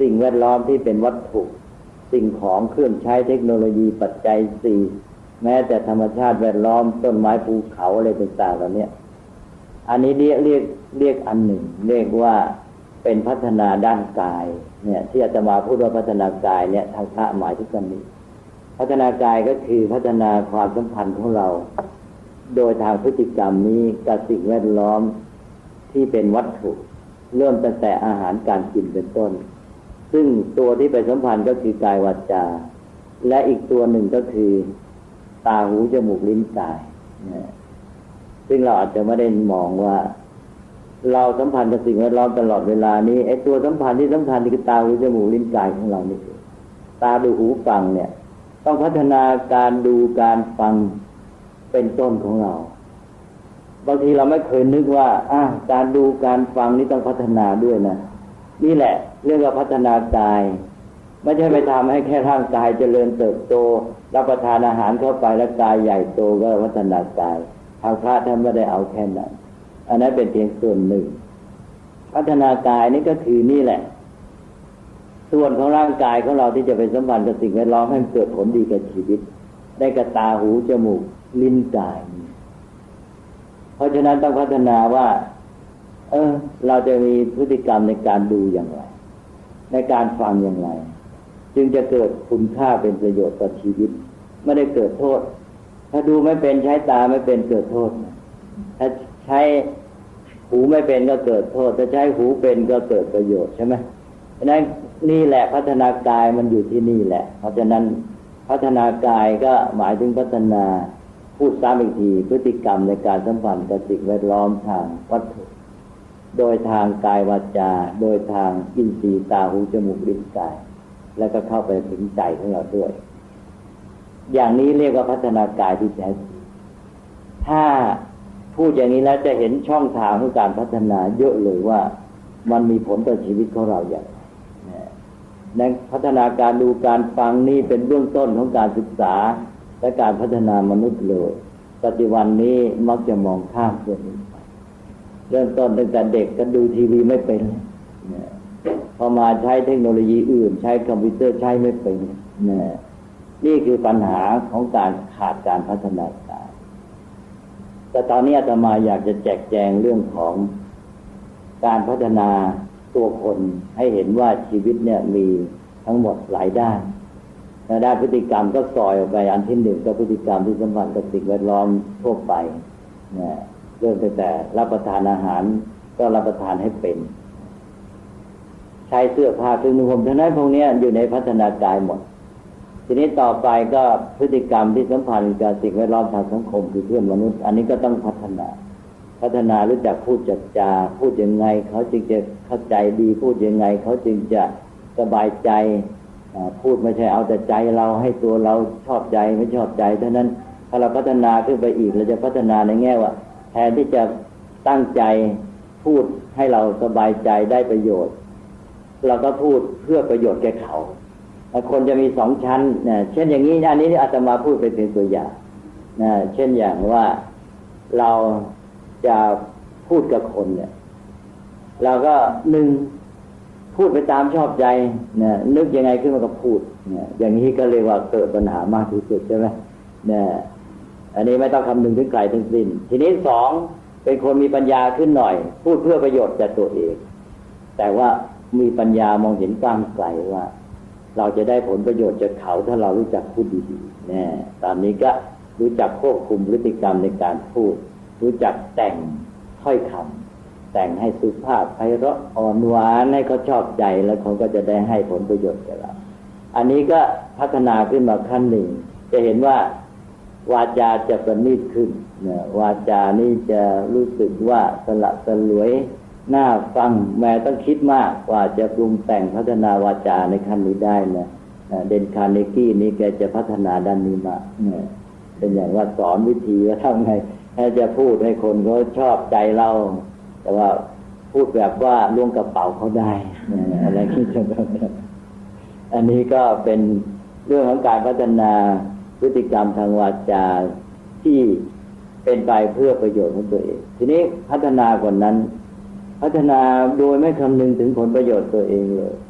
สิ่งแวดล้อมที่เป็นวัตถุสิ่งของเครื่องใช้เทคโนโลยีปัจจัยสี่แม้แต่ธรรมชาติแวดล้อมต้นไม้ภูเขาอะไรต่างๆเหล่านี้อันนี้เรียกเรียกเรียกอันหนึ่งเรียกว่าเป็นพัฒนาด้านกายเนี่ยที่อาตมาพูดว่าพัฒนากายเนี่ยทางพระหมายถึงกันนี้พัฒนากายก็คือพัฒนาความสัมพันธ์ของเราโดยทางพฤติกรรมนี้กับสิ่งแวดล้อมที่เป็นวัตถุเริ่มตั้งแต่อาหารการกินเป็นต้นซึ่งตัวที่ไปสัมพันธ์ก็คือกายวาจาและอีกตัวหนึ่งก็คือตาหูจมูกลิ้นกายซึ่งเราอาจจะไม่ได้มองว่าเราสัมพันธ์กับสิ่งแวดล้อมตลอดเวลานี้ไอ้ตัวสัมพันธ์ที่สำคัญคือตาหูจมูกลิ้นกายของเรานี่ตาดูหูฟังเนี่ยต้องพัฒนาการดูการฟังเป็นต้นของเราบางทีเราไม่เคยนึกว่าอ่ะการดูการฟังนี่ต้องพัฒนาด้วยนะนี่แหละเรื่องว่าพัฒนากายไม่ใช่ไปทำให้แค่ร่างกายเจริญเติบโตรับประทานอาหารเข้าไปแล้วกายใหญ่โตก็พัฒนากายทางพระท่านไม่ได้เอาแค่นั้นอันนั้นเป็นเพียงส่วนหนึ่งพัฒนากายนี่ก็คือนี่แหละส่วนของร่างกายของเราที่จะไปสัมพันธ์กับสิ่งแวดล้อมให้เกิดผลดีกับชีวิตได้กับตาหูจมูกลิ้นกายเพราะฉะนั้นต้องพัฒนาว่าเออเราจะมีพฤติกรรมในการดูอย่างไรในการฟังอย่างไรจึงจะเกิดคุณค่าเป็นประโยชน์ต่อชีวิตไม่ได้เกิดโทษถ้าดูไม่เป็นใช้ตาไม่เป็นเกิดโทษถ้าใช้หูไม่เป็นก็เกิดโทษถ้าใช้หูเป็นก็เกิดประโยชน์ใช่ไหมเพราะนั้นนี่แหละพัฒนากายมันอยู่ที่นี่แหละเพราะฉะนั้นพัฒนากายก็หมายถึงพัฒนาพูดซ้ำอีกทีพฤติกรรมในการสัมพันธ์กับสิ่งแวดล้อมทางวัตถุโดยทางกายวาจาโดยทางอินทรีย์ตาหูจมูกลิ้นกายแล้วก็เข้าไปถึงใจของเราด้วยอย่างนี้เรียกว่าพัฒนากายที่แท้จริงถ้าพูดอย่างนี้แล้วจะเห็นช่องทางของการพัฒนาเยอะเลยว่ามันมีผลต่อชีวิตของเราอย่างไรในพัฒนาการดูการฟังนี่เป็นเบื้องต้นของการศึกษาและการพัฒนามนุษย์เลยปัจจุบันนี้มักจะมองข้ามส่วนนี้ไปเริ่มต้นตั้งแต่เด็กก็ดูทีวีไม่เป็นพอมาใช้เทคโนโลยีอื่นใช้คอมพิวเตอร์ใช้ไม่เป็นนี่คือปัญหาของการขาดการพัฒนาการแต่ตอนนี้อาตมาอยากจะแจกแจงเรื่องของการพัฒนาตัวคนให้เห็นว่าชีวิตเนี่ยมีทั้งหมดหลายด้านในด้านพฤติกรรมก็ซอยออกไปอันที่หนึ่งก็พฤติกรรมที่สัมพันธ์กับสิ่งแวดล้อมทั่วไปเนี่ยเริ่มตั้งแต่รับประทานอาหารก็รับประทานให้เป็นใช้เสื้อผ้าเครื่องนุ่งห่มทั้งนั้นพวกนี้อยู่ในพัฒนากายหมดทีนี้ต่อไปก็พฤติกรรมที่สัมพันธ์กับสิ่งแวดล้อมทางสังคมคือเพื่อนมนุษย์อันนี้ก็ต้องพัฒนาพัฒนารู้จักพูดจัดจาพูดยังไงเขาจึงจะเข้าใจดีพูดยังไงเขาจึงจะสบายใจพูดไม่ใช่เอาแต่ใจเราให้ตัวเราชอบใจไม่ชอบใจเท่านั้นถ้าเราพัฒนาขึ้นไปอีกเราจะพัฒนาในแง่ว่าแทนที่จะตั้งใจพูดให้เราสบายใจได้ประโยชน์เราก็พูดเพื่อประโยชน์แก่เขาคนจะมีสองชั้นนะเช่นอย่างนี้อันนี้อาตมาพูดเป็นเพียงตัวอย่างนะเช่นอย่างว่าเราจะพูดกับคนเนี่ยเราก็หนึ่งพูดไปตามชอบใจนะนึกยังไงขึ้นมาก็พูดนะอย่างนี้ก็เรียกว่าเกิดปัญหามากที่สุดใช่ไหมนะอันนี้ไม่ต้องคำนึงถึงไกลทั้งสิ้นทีนี้สองเป็นคนมีปัญญาขึ้นหน่อยพูดเพื่อประโยชน์แก่ตัวเองแต่ว่ามีปัญญามองเห็นกว้างไกลว่าเราจะได้ผลประโยชน์จากเขาถ้าเรารู้จักพูดดีๆแน่ตอนนี้ก็รู้จักควบคุมพฤติกรรมในการพูดรู้จักแต่งถ้อยคำแต่งให้สุภาพไพเราะอ่อนหวานให้เขาชอบใจแล้วเขาก็จะได้ให้ผลประโยชน์แก่เราอันนี้ก็พัฒนาขึ้นมาขั้นหนึ่งจะเห็นว่าวาจาจะประณีตขึ้นนะวาจานี่จะรู้สึกว่าสละสลวยน่าฟังแม้ต้องคิดมากกว่าจะปรุงแต่งพัฒนาวาจาในขั้นนี้ได้นะเดนคาร์เนกี้นี่แกจะพัฒนาด้านนี้มาเนี่ยเป็นอย่างว่าสอนวิธีว่าทำไงให้จะพูดให้คนเขาชอบใจเราแต่ว่าพูดแบบว่าล่วงกระเป๋าเขาได้อะไรที่จะแบบอันนี้ก็เป็นเรื่องของการพัฒนาพฤติกรรมทางวาจาที่เป็นไปเพื่อประโยชน์ของตัวเองทีนี้พัฒนากว่านั้นพัฒนาโดยไม่คำนึงถึงผลประโยชน์ตัวเองเลย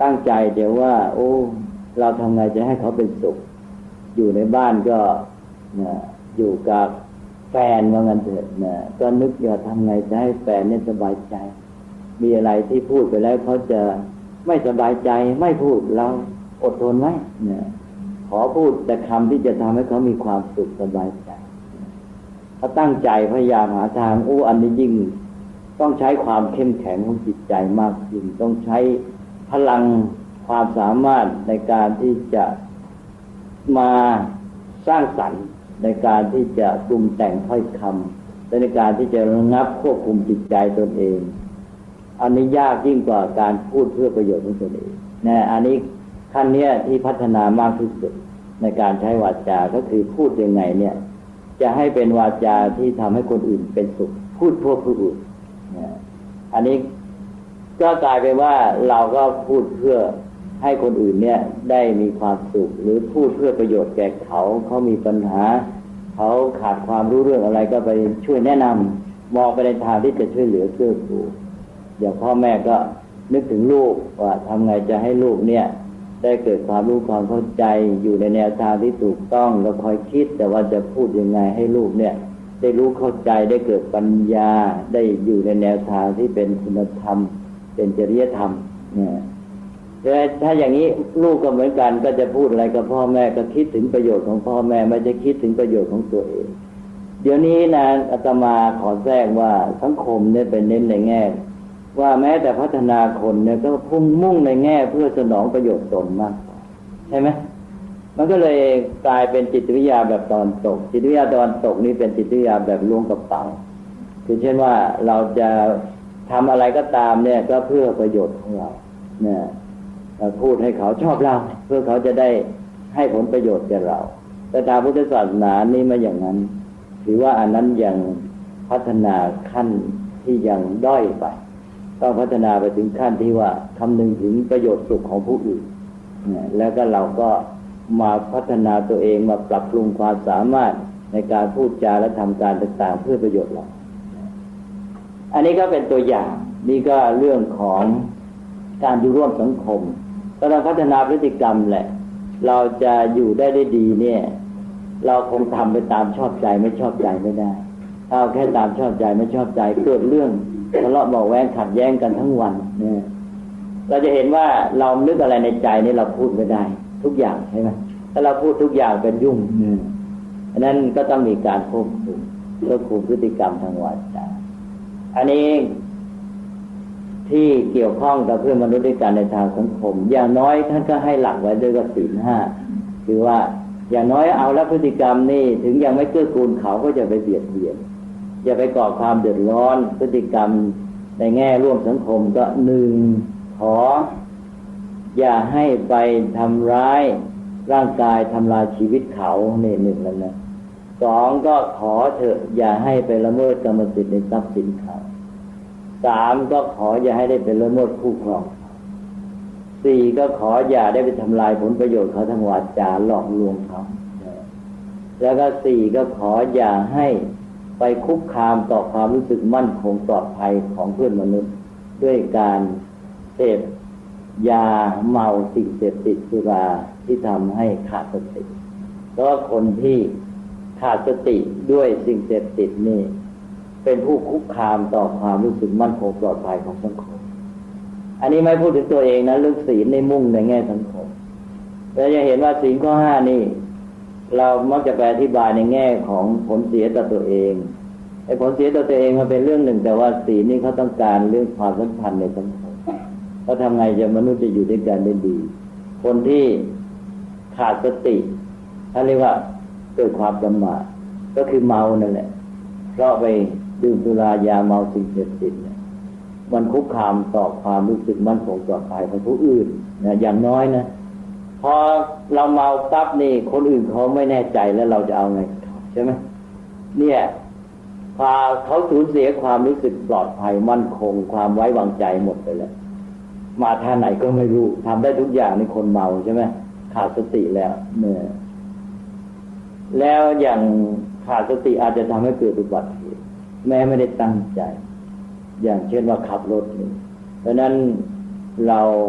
ตั้งใจเดี๋ยวว่าโอ้เราทำไงจะให้เขาเป็นสุขอยู่ในบ้านก็นะอยู่กับแฟนว่างั้นเถิดนะก็นึกอย่าทำไงจะให้แฟนเนี่ยสบายใจมีอะไรที่พูดไปแล้วเขาจะไม่สบายใจไม่พูดเราอดทนไว้นะขอพูดแต่คำที่จะทำให้เขามีความสุขสบายใจเขาตั้งใจพยายามหาทางโอ้อันนี้ยิ่งต้องใช้ความเข้มแข็งของจิตใจมากขึ้นต้องใช้พลังความสามารถในการที่จะมาสร้างสรรค์ในการที่จะปรุงแต่งถ้อยคำและในการที่จะระงับควบคุมจิตใจตนเองอันนี้ยากยิ่งกว่าการพูดเพื่อประโยชน์ของตนเองนะอันนี้ขั้นเนี้ยที่พัฒนามากที่สุดในการใช้วาจาก็คือพูดยังไงเนี่ยจะให้เป็นวาจาที่ทำให้คนอื่นเป็นสุขพูดเพื่อผู้อื่นนะอันนี้ก็กลายเป็นว่าเราก็พูดเพื่อให้คนอื่นเนี่ยได้มีความสุขหรือพูดเพื่อประโยชน์แก่เขาเขามีปัญหาเขาขาดความรู้เรื่องอะไรก็ไปช่วยแนะนำมองไปในทางที่จะช่วยเหลือเกื้อกูลอย่างพ่อแม่ก็นึกถึงลูกว่าทำไงจะให้ลูกเนี่ยได้เกิดความรู้ความเข้าใจอยู่ในแนวทางที่ถูกต้องแล้วคอยคิดแต่ว่าจะพูดยังไงให้ลูกเนี่ยได้รู้เข้าใจได้เกิดปัญญาได้อยู่ในแนวทางที่เป็นคุณธรรมเป็นจริยธรรมเนี่ยแต่ถ้าอย่างนี้ลูกก็เหมือนกันก็จะพูดอะไรกับพ่อแม่ก็คิดถึงประโยชน์ของพ่อแม่ไม่จะคิดถึงประโยชน์ของตัวเองเดี๋ยวนี้นะอาตมาขอแทรกว่าสังคมเนี่ยเป็นเน้นในแง่ว่าแม้แต่พัฒนาคนเนี่ยก็พุ่งมุ่งในแง่เพื่อสนองประโยชน์ตนมากใช่ไหมมันก็เลยกลายเป็นจิตวิทยาแบบตอนตกจิตวิทยาตอนตกนี่เป็นจิตวิทยาแบบล้วงกระเป๋าคือเช่นว่าเราจะทำอะไรก็ตามเนี่ยก็เพื่อประโยชน์ของเราเนี่ยพูดให้เขาชอบเราเพื่อเขาจะได้ให้ผลประโยชน์แก่เราแต่ทางพุทธศาสนานี่ไม่อย่างนั้นถือว่าอันนั้นยังพัฒนาขั้นที่ยังด้อยไปต้องพัฒนาไปถึงขั้นที่ว่าคำนึงถึงประโยชน์สุขของผู้อื่นเนี่ยแล้วก็เราก็มาพัฒนาตัวเองมาปรับปรุงความสามารถในการพูดจาและทำการต่างๆเพื่อประโยชน์เราอันนี้ก็เป็นตัวอย่างนี่ก็เรื่องของการอยู่ร่วมสังคมก็ต้องพัฒนาพฤติกรรมแหละเราจะอยู่ได้ได้ดีเนี่ยเราคงทำไปตามชอบใจไม่ชอบใจไม่ได้ถ้าแค่ตามชอบใจไม่ชอบใจเกิดเรื่องทะเลาะเบาะแว้งขัดแย้งกันทั้งวันเนี่ยเราจะเห็นว่าเรานึกอะไรในใจนี่เราพูดไม่ได้ทุกอย่างใช่ไหมถ้าเราพูดทุกอย่างเป็นยุ่งเนี่ยอันนั้นก็ต้องมีการควบคุมควบคุมพฤติกรรมทางวาจาอันนี้ที่เกี่ยวข้องกับเพื่อนมนุษย์ด้วยกันในทางสังคมอย่างน้อยท่านก็ให้หลักไว้ด้วยกับศีลห้าคือว่าอย่างน้อยเอาแล้วพฤติกรรมนี่ถึงยังไม่เกื้อกูลเขาก็จะไปเบียดเบียนอย่าไปก่อความเดือดร้อนพฤติกรรมในแง่ร่วมสังคมก็หนึ่งขออย่าให้ไปทำร้ายร่างกายทำลายชีวิตเขาเนี่ยหนึ่งแล้วนะสองก็ขอเถอะอย่าให้ไปละเมิดกรรมสิทธิ์ในทรัพย์สินเขาสามก็ขออย่าให้ได้เป็นละเมิดคู่ครองสี่ก็ขออย่าได้ไปทำลายผลประโยชน์เขาทางวาจาหลอกลวงเขาแล้วก็สี่ก็ขออย่าให้ไปคุกคามต่อความรู้สึกมั่นคงปลอดภัยของเพื่อนมนุษย์ด้วยการเสพยาเมาสิ่งเสพติดสุราที่ทำให้ขาดสติเพราะคนที่ขาดสติด้วยสิ่งเสพติดนี่เป็นผู้คุกคามต่อความรู้สึกมั่นคงปลอดภัยของสังคมอันนี้ไม่พูดถึงตัวเองนะเรื่องศีลในมุ่งในแง่สังคมเราจะเห็นว่าศีลข้อห้านี่เรามักจะไปอธิบายในแง่ของผลเสียต่อตัวเองไอ้ผลเสียต่อตัวเองมันเป็นเรื่องหนึ่งแต่ว่าศีลนี่เขาต้องการเรื่องความสัมพันธ์ในสังคมเขาทำไงจะมนุษย์จะอยู่ด้วยกันได้ดีคนที่ขาดสติเขาเรียกว่าเกิดความประมาทก็คือเมานั่นแหละเพราะไปดื่มสุรายาเมาสิ่งเสพติดเนี่ยมันคุกคามต่อความรู้สึกมั่นคงปลอดภัยของผู้อื่นนะอย่างน้อยนะพอเราเมาปั๊บนี่คนอื่นเขาไม่แน่ใจแล้วเราจะเอาไงใช่ไหมเนี่ยพาเขาสูญเสียความรู้สึกปลอดภัยมั่นคงความไว้วางใจหมดไปแล้วมาท่าไหนก็ไม่รู้ทำได้ทุกอย่างในคนเมาใช่ไหมขาดสติแล้วเนี่ยแล้วอย่างขาดสติอาจจะทำให้เกิดอุบัติเหตุแม้ไม่ได้ตั้งใจอย่างเช่นว่าขับรถนี่เพราะนั้นเรา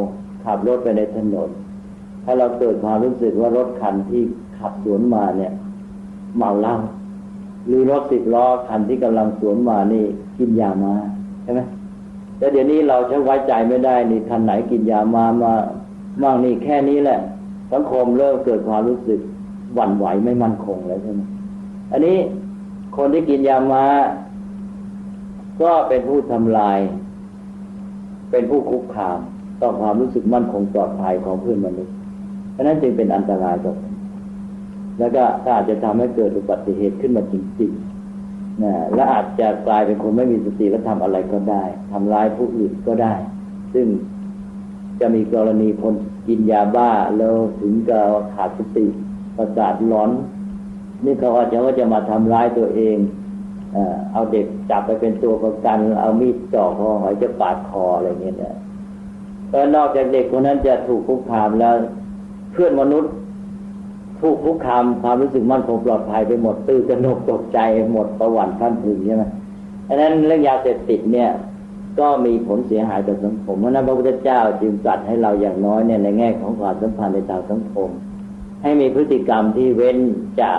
ขับรถไปในถนนถ้าเราเกิดความรู้สึกว่ารถคันที่ขับสวนมาเนี่ยเมาเหล้าหรือรถสิบล้อคันที่กำลังสวนมานี่กินยามาใช่ไหมแต่เดี๋ยวนี้เราจะไว้ใจไม่ได้นี่คันไหนกินยามามามั่งนี่แค่นี้แหละสังคมเริ่มเกิดความรู้สึกหวั่นไหวไม่มั่นคงแล้วใช่ไหมอันนี้คนที่กินยามาก็เป็นผู้ทำลายเป็นผู้คุกคามต่อความรู้สึกมั่นคงปลอดภัยของเพื่อนมนุษย์เพราะนั้นจึงเป็นอันตรายต่อผมแล้วก็อาจจะทำให้เกิดอุบัติเหตุขึ้นมาจริงๆนะและอาจจะกลายเป็นคนไม่มีสติและทำอะไรก็ได้ทำร้ายผู้อื่นก็ได้ซึ่งจะมีกรณีคนกินยาบ้าแล้วถึงกับขาดสติประสาทหลอนนี่เขาอาจจะว่าจะมาทำร้ายตัวเองเอ่อเอาเด็กจับไปเป็นตัวประกันเอามีดจ่อคอหอยจะปาดคออะไรเงี้ยนะก็นอกจากเด็กคนนั้นจะถูกคุกคามแล้วเพื่อนมนุษย์ถูกคุกคามความรู้สึกมั่นคงปลอดภัยไปหมดตื่นตระหนกตกใจหมดประวัติท่านถึงใช่ไหมดังนั้นเรื่องยาเสพติดเนี่ยก็มีผลเสียหายต่อสังคมเพราะนั้นพระพุทธเจ้าจึงตรัสให้เราอย่างน้อยเนี่ยในแง่ของความสัมพันธ์ในทางสังคมให้มีพฤติกรรมที่เว้นจาก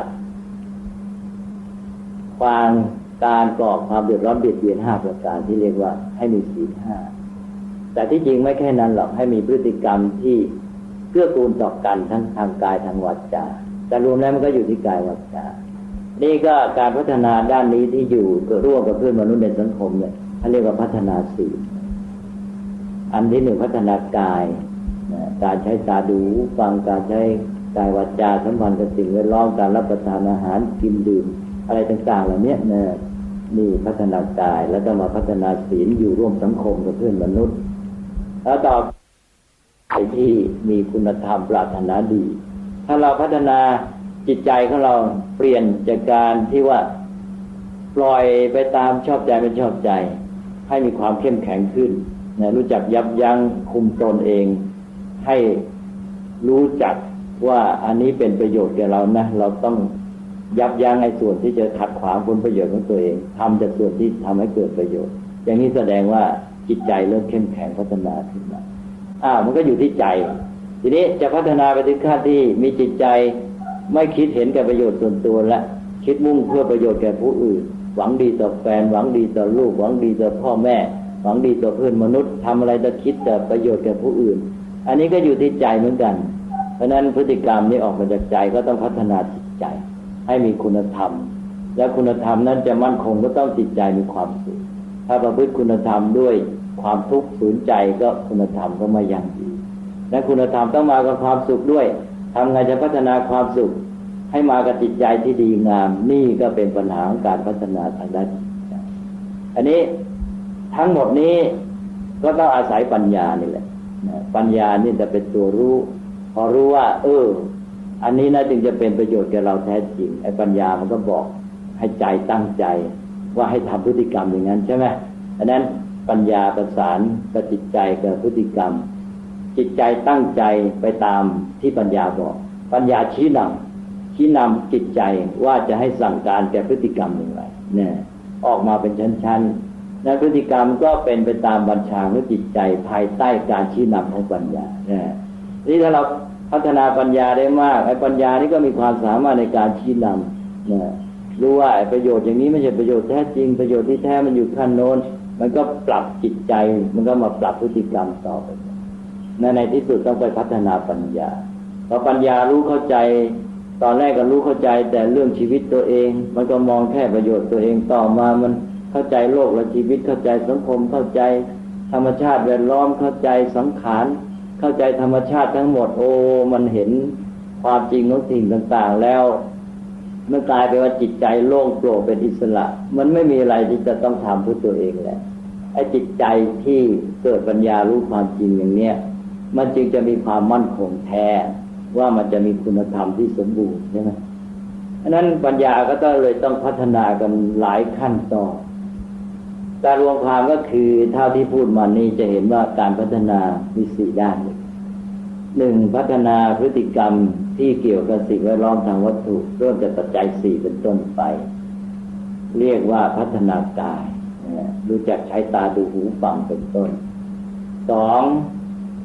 ความการก่อความเดือดร้อนเบียดเบียนห้าประการที่เรียกว่าให้มีศีลห้าแต่ที่จริงไม่แค่นั้นหรอกให้มีพฤติกรรมที่เกื้อกูลต่อกันทั้งทางกายทางวาจาแต่รวมแล้วมันก็อยู่ที่กายวาจานี่ก็การพัฒนาด้านนี้ที่อยู่ร่วมกับเพื่อนมนุษย์ในสังคมเนี่ยเขาเรียกว่าพัฒนาศีลอันที่หนึ่งพัฒนากายการใช้ตาดูฟังการใช้กายวาจาสัมพันธ์กับสิ่งแวดล้อมการรับประทานอาหารกินดื่มอะไรต่างๆเหล่านี้เนี่ยนี่พัฒนากายแล้วก็มาพัฒนาศีลอยู่ร่วมสังคมกับเพื่อนมนุษย์แล้วต่อไปที่มีคุณธรรมปรารถนาดีถ้าเราพัฒนาจิตใจของเราเปลี่ยนจากการที่ว่าปล่อยไปตามชอบใจไม่ชอบใจให้มีความเข้มแข็งขึ้นนะรู้จักยับยั้งคุมตนเองให้รู้จักว่าอันนี้เป็นประโยชน์แก่เรานะเราต้องยับยั้งในส่วนที่จะขัดขวางผลประโยชน์ของตัวเองทำจากส่วนที่ทำให้เกิดประโยชน์อย่างนี้แสดงว่าจิตใจเริ่มเข้มแข็งพัฒนาขึ้นมาอ้าวมันก็อยู่ที่ใจทีนี้จะพัฒนาไปถึงขั้นที่มีจิตใจไม่คิดเห็นแก่ประโยชน์ส่วนตัวและคิดมุ่งเพื่อประโยชน์แก่ผู้อื่นหวังดีต่อแฟนหวังดีต่อลูกหวังดีต่อพ่อแม่หวังดีต่อเพื่อนมนุษย์ทำอะไรจะคิดแต่ประโยชน์แก่ผู้อื่นอันนี้ก็อยู่ที่ใจเหมือนกันเพราะนั้นพฤติกรรมนี้ออกมาจากใจก็ต้องพัฒนาจิตใจให้มีคุณธรรมและคุณธรรมนั้นจะมั่นคงก็ต้องจิตใจมีความสุขถ้าประพฤติคุณธรรมด้วยความทุกข์ฝืนใจก็คุณธรรมก็ไม่ยั่งยืนและคุณธรรมต้องมากับความสุขด้วยทำไงจะพัฒนาความสุขให้มากับจิตใจที่ดีงามนี่ก็เป็นปัญหาของการพัฒนาทางด้านจิตใจอันนี้ทั้งหมดนี้ก็ต้องอาศัยปัญญานี่แหละปัญญานี่จะเป็นตัวรู้พอรู้ว่าเอออันนี้นะจึงจะเป็นประโยชน์แก่เราแท้จริงไอ้ปัญญามันก็บอกให้ใจตั้งใจว่าให้ทำพฤติกรรมอย่างนั้นใช่ไหมอันนั้นปัญญาประสานกับจิตใจกับพฤติกรรมจิตใจตั้งใจไปตามที่ปัญญาบอกปัญญาชี้นำชี้นำจิตใจว่าจะให้สั่งการแก่พฤติกรรมอย่างไรเนี่ยออกมาเป็นชั้นๆนั้นพฤติกรรมก็เป็นไปตามบัญชาของจิตใจภายใต้การชี้นำของปัญญาเนี่ยนี่ถ้าเราพัฒนาปัญญาได้มากไอ้ปัญญานี่ก็มีความสามารถในการชี้นำนะรู้ว่าไอ้ประโยชน์อย่างนี้ไม่ใช่ประโยชน์แท้จริงประโยชน์ที่แท้มันอยู่ขั้นโน้นมันก็ปรับจิตใจมันก็มาปรับพฤติกรรมต่อไปในในที่สุดต้องไปพัฒนาปัญญาพอปัญญารู้เข้าใจตอนแรกก็รู้เข้าใจแต่เรื่องชีวิตตัวเองมันก็มองแค่ประโยชน์ตัวเองต่อมามันเข้าใจโลกและชีวิตเข้าใจสังคมเข้าใจธรรมชาติแวดล้อมเข้าใจสังขารเข้าใจธรรมชาติทั้งหมดโอ้มันเห็นความจริงของสิ่งต่างๆแล้วเมื่อกลายเป็นว่าจิตใจโล่งโปร่งเป็นอิสระมันไม่มีอะไรที่จะต้องทำเพื่อตัวเองแล้วไอ้จิตใจที่เกิดปัญญารู้ความจริงอย่างเนี้ยมันจึงจะมีความมั่นคงแท้ว่ามันจะมีคุณธรรมที่สมบูรณ์ใช่ไหมฉะนั้นปัญญาก็ต้องเลยต้องพัฒนากันหลายขั้นตอนแต่รวมความก็คือเท่าที่พูดมานี้จะเห็นว่าการพัฒนามีสี่ด้านหนึ่งพัฒนาพฤติกรรมที่เกี่ยวกับสิ่งแวดล้อมทางวัตถุเริ่มจากปัจจัยสี่เป็นต้นไปเรียกว่าพัฒนากายรู้จักใช้ตาดูหูฟังเป็นต้นสอง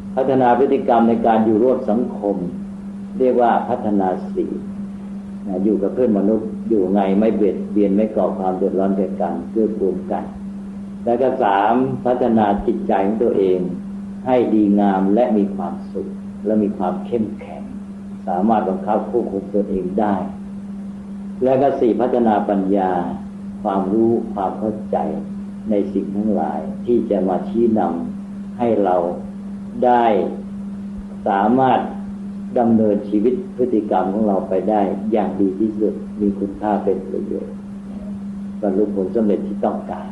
พัฒนาพฤติกรรมในการอยู่ร่วมสังคมเรียกว่าพัฒนาสี่อยู่กับเพื่อนมนุษย์อยู่ไงไม่เบียดเบียนไม่ก่อความเดือดร้อนแก่กันเกื้อกูลกันแล้วก็สามพัฒนาจิตใจของตัวเองให้ดีงามและมีความสุขและมีความเข้มแข็งสามารถบังคับควบคุมตัวเองได้แล้วก็สี่พัฒนาปัญญาความรู้ความเข้าใจในสิ่งทั้งหลายที่จะมาชี้นำให้เราได้สามารถดำเนินชีวิตพฤติกรรมของเราไปได้อย่างดีที่สุดมีคุณค่าเป็นประโยชน์บรรลุผลสำเร็จที่ต้องการ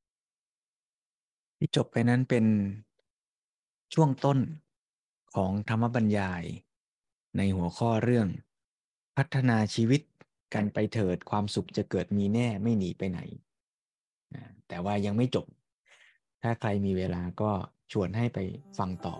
ที่จบไปนั้นเป็นช่วงต้นของธรรมบรรยายในหัวข้อเรื่องพัฒนาชีวิตกันไปเถิดความสุขจะเกิดมีแน่ไม่หนีไปไหนแต่ว่ายังไม่จบถ้าใครมีเวลาก็ชวนให้ไปฟังต่อ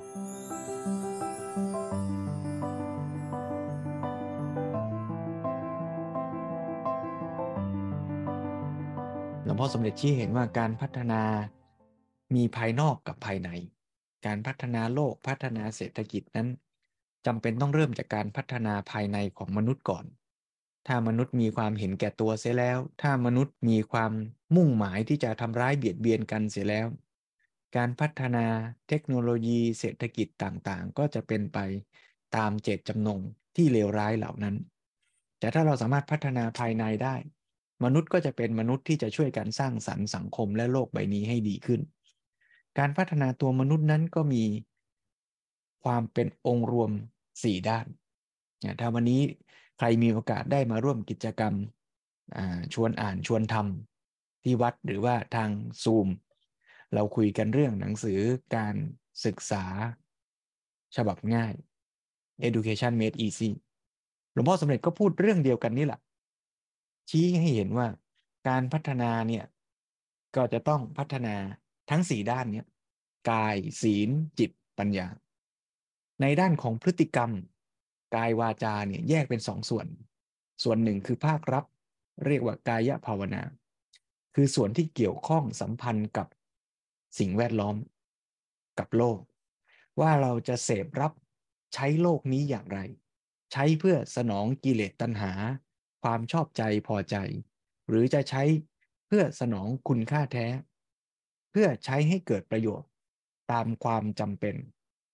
หลวงพ่อสมเด็จชี้เห็นว่าการพัฒนามีภายนอกกับภายในการพัฒนาโลกพัฒนาเศรษฐกิจนั้นจำเป็นต้องเริ่มจากการพัฒนาภายในของมนุษย์ก่อนถ้ามนุษย์มีความเห็นแก่ตัวเสียแล้วถ้ามนุษย์มีความมุ่งหมายที่จะทำร้ายเบียดเบียนกันเสียแล้วการพัฒนาเทคโนโลยีเศรษฐกิจต่างๆก็จะเป็นไปตามเจตจำนงที่เลวร้ายเหล่านั้นแต่ถ้าเราสามารถพัฒนาภายในได้มนุษย์ก็จะเป็นมนุษย์ที่จะช่วยกันสร้างสรรค์สังคมและโลกใบนี้ให้ดีขึ้นการพัฒนาตัวมนุษย์นั้นก็มีความเป็นองค์รวมสี่ด้านถ้าวันนี้ใครมีโอกาสได้มาร่วมกิจกรรมชวนอ่านชวนทำที่วัดหรือว่าทางซูมเราคุยกันเรื่องหนังสือการศึกษาฉบับง่าย Education Made Easy หลวงพ่อสมเด็จก็พูดเรื่องเดียวกันนี่แหละชี้ให้เห็นว่าการพัฒนาเนี่ยก็จะต้องพัฒนาทั้งสี่ด้านนี้กายศีลจิตปัญญาในด้านของพฤติกรรมกายวาจาเนี่ยแยกเป็นสองส่วนส่วนหนึ่งคือภาครับเรียกว่ากายภาวนาคือส่วนที่เกี่ยวข้องสัมพันธ์กับสิ่งแวดล้อมกับโลกว่าเราจะเสพรับใช้โลกนี้อย่างไรใช้เพื่อสนองกิเลสตัณหาความชอบใจพอใจหรือจะใช้เพื่อสนองคุณค่าแท้เพื่อใช้ให้เกิดประโยชน์ตามความจำเป็น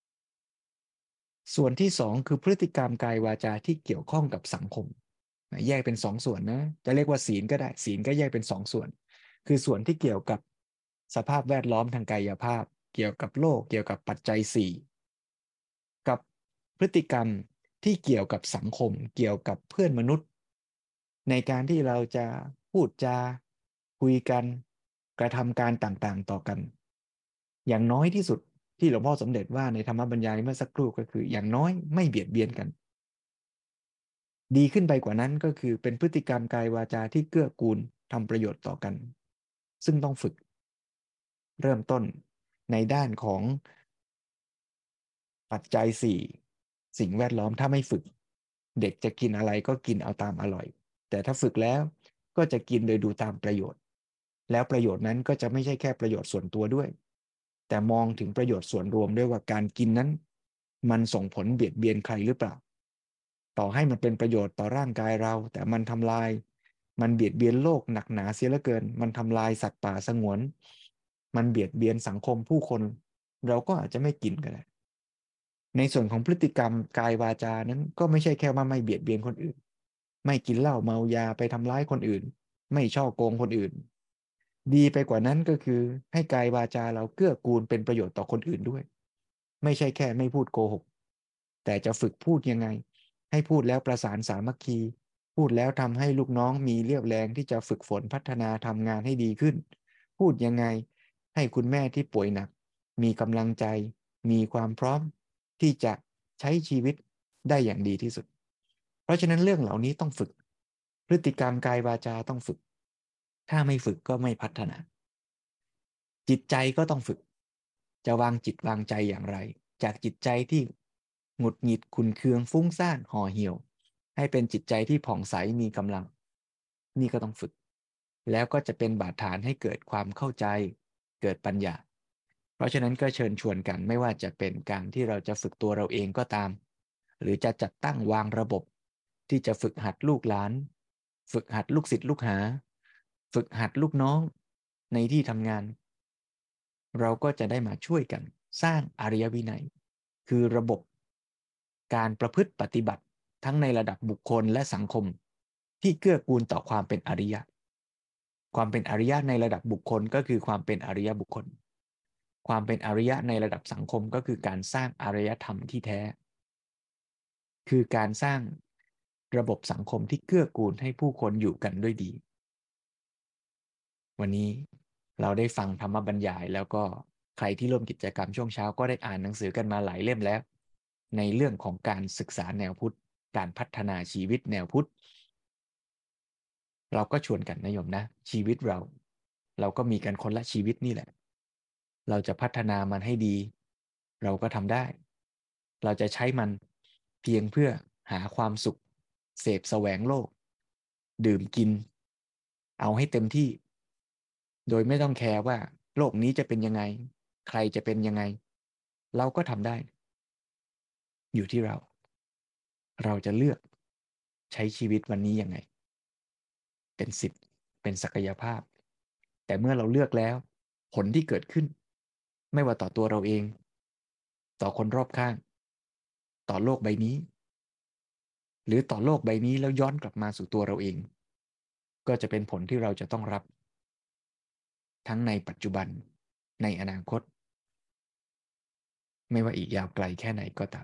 ส่วนที่สองคือพฤติกรรมกายวาจาที่เกี่ยวข้องกับสังคมแยกเป็นสองส่วนนะจะเรียกว่าศีลก็ได้ศีลก็แยกเป็นสองส่วนคือส่วนที่เกี่ยวกับสภาพแวดล้อมทางกายภาพเกี่ยวกับโลกเกี่ยวกับปัจจัยสี่กับพฤติกรรมที่เกี่ยวกับสังคมเกี่ยวกับเพื่อนมนุษย์ในการที่เราจะพูดจาคุยกันกระทำการต่างๆต่อกันอย่างน้อยที่สุดที่หลวงพ่อสมเด็จว่าในธรรมบรรยายเมื่อสักครู่ก็คืออย่างน้อยไม่เบียดเบียนกันดีขึ้นไปกว่านั้นก็คือเป็นพฤติกรรมกายวาจาที่เกื้อกูลทำประโยชน์ต่อกันซึ่งต้องฝึกเริ่มต้นในด้านของปัจจัยสี่สิ่งแวดล้อมถ้าไม่ฝึกเด็กจะกินอะไรก็กินเอาตามอร่อยแต่ถ้าฝึกแล้วก็จะกินโดยดูตามประโยชน์แล้วประโยชน์นั้นก็จะไม่ใช่แค่ประโยชน์ส่วนตัวด้วยแต่มองถึงประโยชน์ส่วนรวมด้วยว่าการกินนั้นมันส่งผลเบียดเบียนใครหรือเปล่าต่อให้มันเป็นประโยชน์ต่อร่างกายเราแต่มันทำลายมันเบียดเบียนโลกหนักหนาเสียเหลือเกินมันทำลายสัตว์ป่าสงวนมันเบียดเบียนสังคมผู้คนเราก็อาจจะไม่กินก็ได้ในส่วนของพฤติกรรมกายวาจานั้นก็ไม่ใช่แค่ว่าไม่เบียดเบียนคนอื่นไม่กินเหล้าเมายาไปทำร้ายคนอื่นไม่ฉ้อโกงคนอื่นดีไปกว่านั้นก็คือให้กายวาจาเราเกื้อกูลเป็นประโยชน์ต่อคนอื่นด้วยไม่ใช่แค่ไม่พูดโกหกแต่จะฝึกพูดยังไงให้พูดแล้วประสานสามัคคีพูดแล้วทำให้ลูกน้องมีเรี่ยวแรงที่จะฝึกฝนพัฒนาทำงานให้ดีขึ้นพูดยังไงให้คุณแม่ที่ป่วยหนักมีกำลังใจมีความพร้อมที่จะใช้ชีวิตได้อย่างดีที่สุดเพราะฉะนั้นเรื่องเหล่านี้ต้องฝึกพฤติกรรมกายวาจาต้องฝึกถ้าไม่ฝึกก็ไม่พัฒนาจิตใจก็ต้องฝึกจะวางจิตวางใจอย่างไรจากจิตใจที่หงุดหงิดขุ่นเคืองฟุ้งซ่านห่อเหี่ยวให้เป็นจิตใจที่ผ่องใสมีกำลังนี่ก็ต้องฝึกแล้วก็จะเป็นบาดฐานให้เกิดความเข้าใจเกิดปัญญาเพราะฉะนั้นก็เชิญชวนกันไม่ว่าจะเป็นการที่เราจะฝึกตัวเราเองก็ตามหรือจะจัดตั้งวางระบบที่จะฝึกหัดลูกหลานฝึกหัดลูกศิษย์ลูกหาฝึกหัดลูกน้องในที่ทำงานเราก็จะได้มาช่วยกันสร้างอริยวินัยคือระบบการประพฤติปฏิบัติทั้งในระดับบุคคลและสังคมที่เกื้อกูลต่อความเป็นอริยะความเป็นอริยะในระดับบุคคลก็คือความเป็นอริยบุคคลความเป็นอริยะในระดับสังคมก็คือการสร้างอารยธรรมที่แท้คือการสร้างระบบสังคมที่เกื้อกูลให้ผู้คนอยู่กันด้วยดีวันนี้เราได้ฟังธรรมบรรยายแล้วก็ใครที่ร่วมกิจกรรมช่วงเช้าก็ได้อ่านหนังสือกันมาหลายเล่มแล้วในเรื่องของการศึกษาแนวพุทธการพัฒนาชีวิตแนวพุทธเราก็ชวนกันนะโยมนะชีวิตเราเราก็มีกันคนละชีวิตนี่แหละเราจะพัฒนามันให้ดีเราก็ทำได้เราจะใช้มันเพียงเพื่อหาความสุขเสพแสวงโลกดื่มกินเอาให้เต็มที่โดยไม่ต้องแคร์ว่าโลกนี้จะเป็นยังไงใครจะเป็นยังไงเราก็ทำได้อยู่ที่เราเราจะเลือกใช้ชีวิตวันนี้ยังไงเป็นสิทธิ์เป็นศักยภาพแต่เมื่อเราเลือกแล้วผลที่เกิดขึ้นไม่ว่าต่อตัวเราเองต่อคนรอบข้างต่อโลกใบนี้หรือต่อโลกใบนี้แล้วย้อนกลับมาสู่ตัวเราเองก็จะเป็นผลที่เราจะต้องรับทั้งในปัจจุบันในอนาคตไม่ว่าอีกยาวไกลแค่ไหนก็ตาม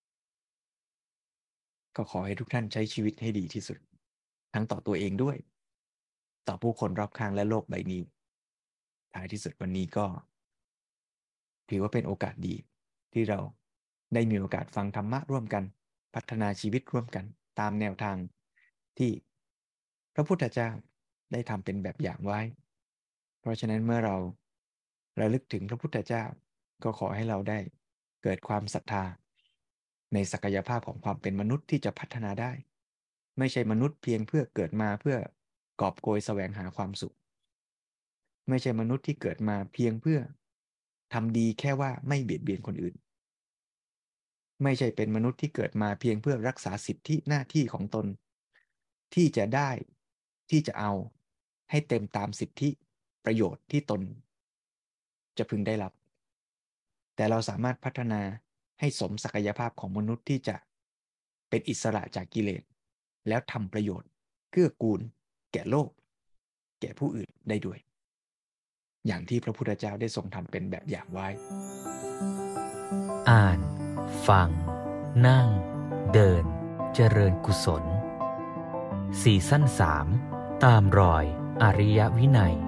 ก็ขอให้ทุกท่านใช้ชีวิตให้ดีที่สุดทั้งต่อตัวเองด้วยต่อผู้คนรอบข้างและโลกใบนี้ท้ายที่สุดวันนี้ก็ถือว่าเป็นโอกาสดีที่เราได้มีโอกาสฟังธรรมะร่วมกันพัฒนาชีวิตร่วมกันตามแนวทางที่พระพุทธเจ้าได้ทำเป็นแบบอย่างไว้เพราะฉะนั้นเมื่อเราระลึกถึงพระพุทธเจ้าก็ขอให้เราได้เกิดความศรัทธาในศักยภาพของความเป็นมนุษย์ที่จะพัฒนาได้ไม่ใช่มนุษย์เพียงเพื่อเกิดมาเพื่อกอบโกยแสวงหาความสุขไม่ใช่มนุษย์ที่เกิดมาเพียงเพื่อทำดีแค่ว่าไม่เบียดเบียนคนอื่นไม่ใช่เป็นมนุษย์ที่เกิดมาเพียงเพื่อรักษาสิทธิหน้าที่ของตนที่จะได้ที่จะเอาให้เต็มตามสิทธิประโยชน์ที่ตนจะพึงได้รับแต่เราสามารถพัฒนาให้สมศักยภาพของมนุษย์ที่จะเป็นอิสระจากกิเลสแล้วทำประโยชน์เกื้อกูลแก่โลกแก่ผู้อื่นได้ด้วยอย่างที่พระพุทธเจ้าได้ทรงทำเป็นแบบอย่างไว้อ่านฟังนั่งเดินเจริญกุศลซีซั่นสามตามรอยอริยวินัย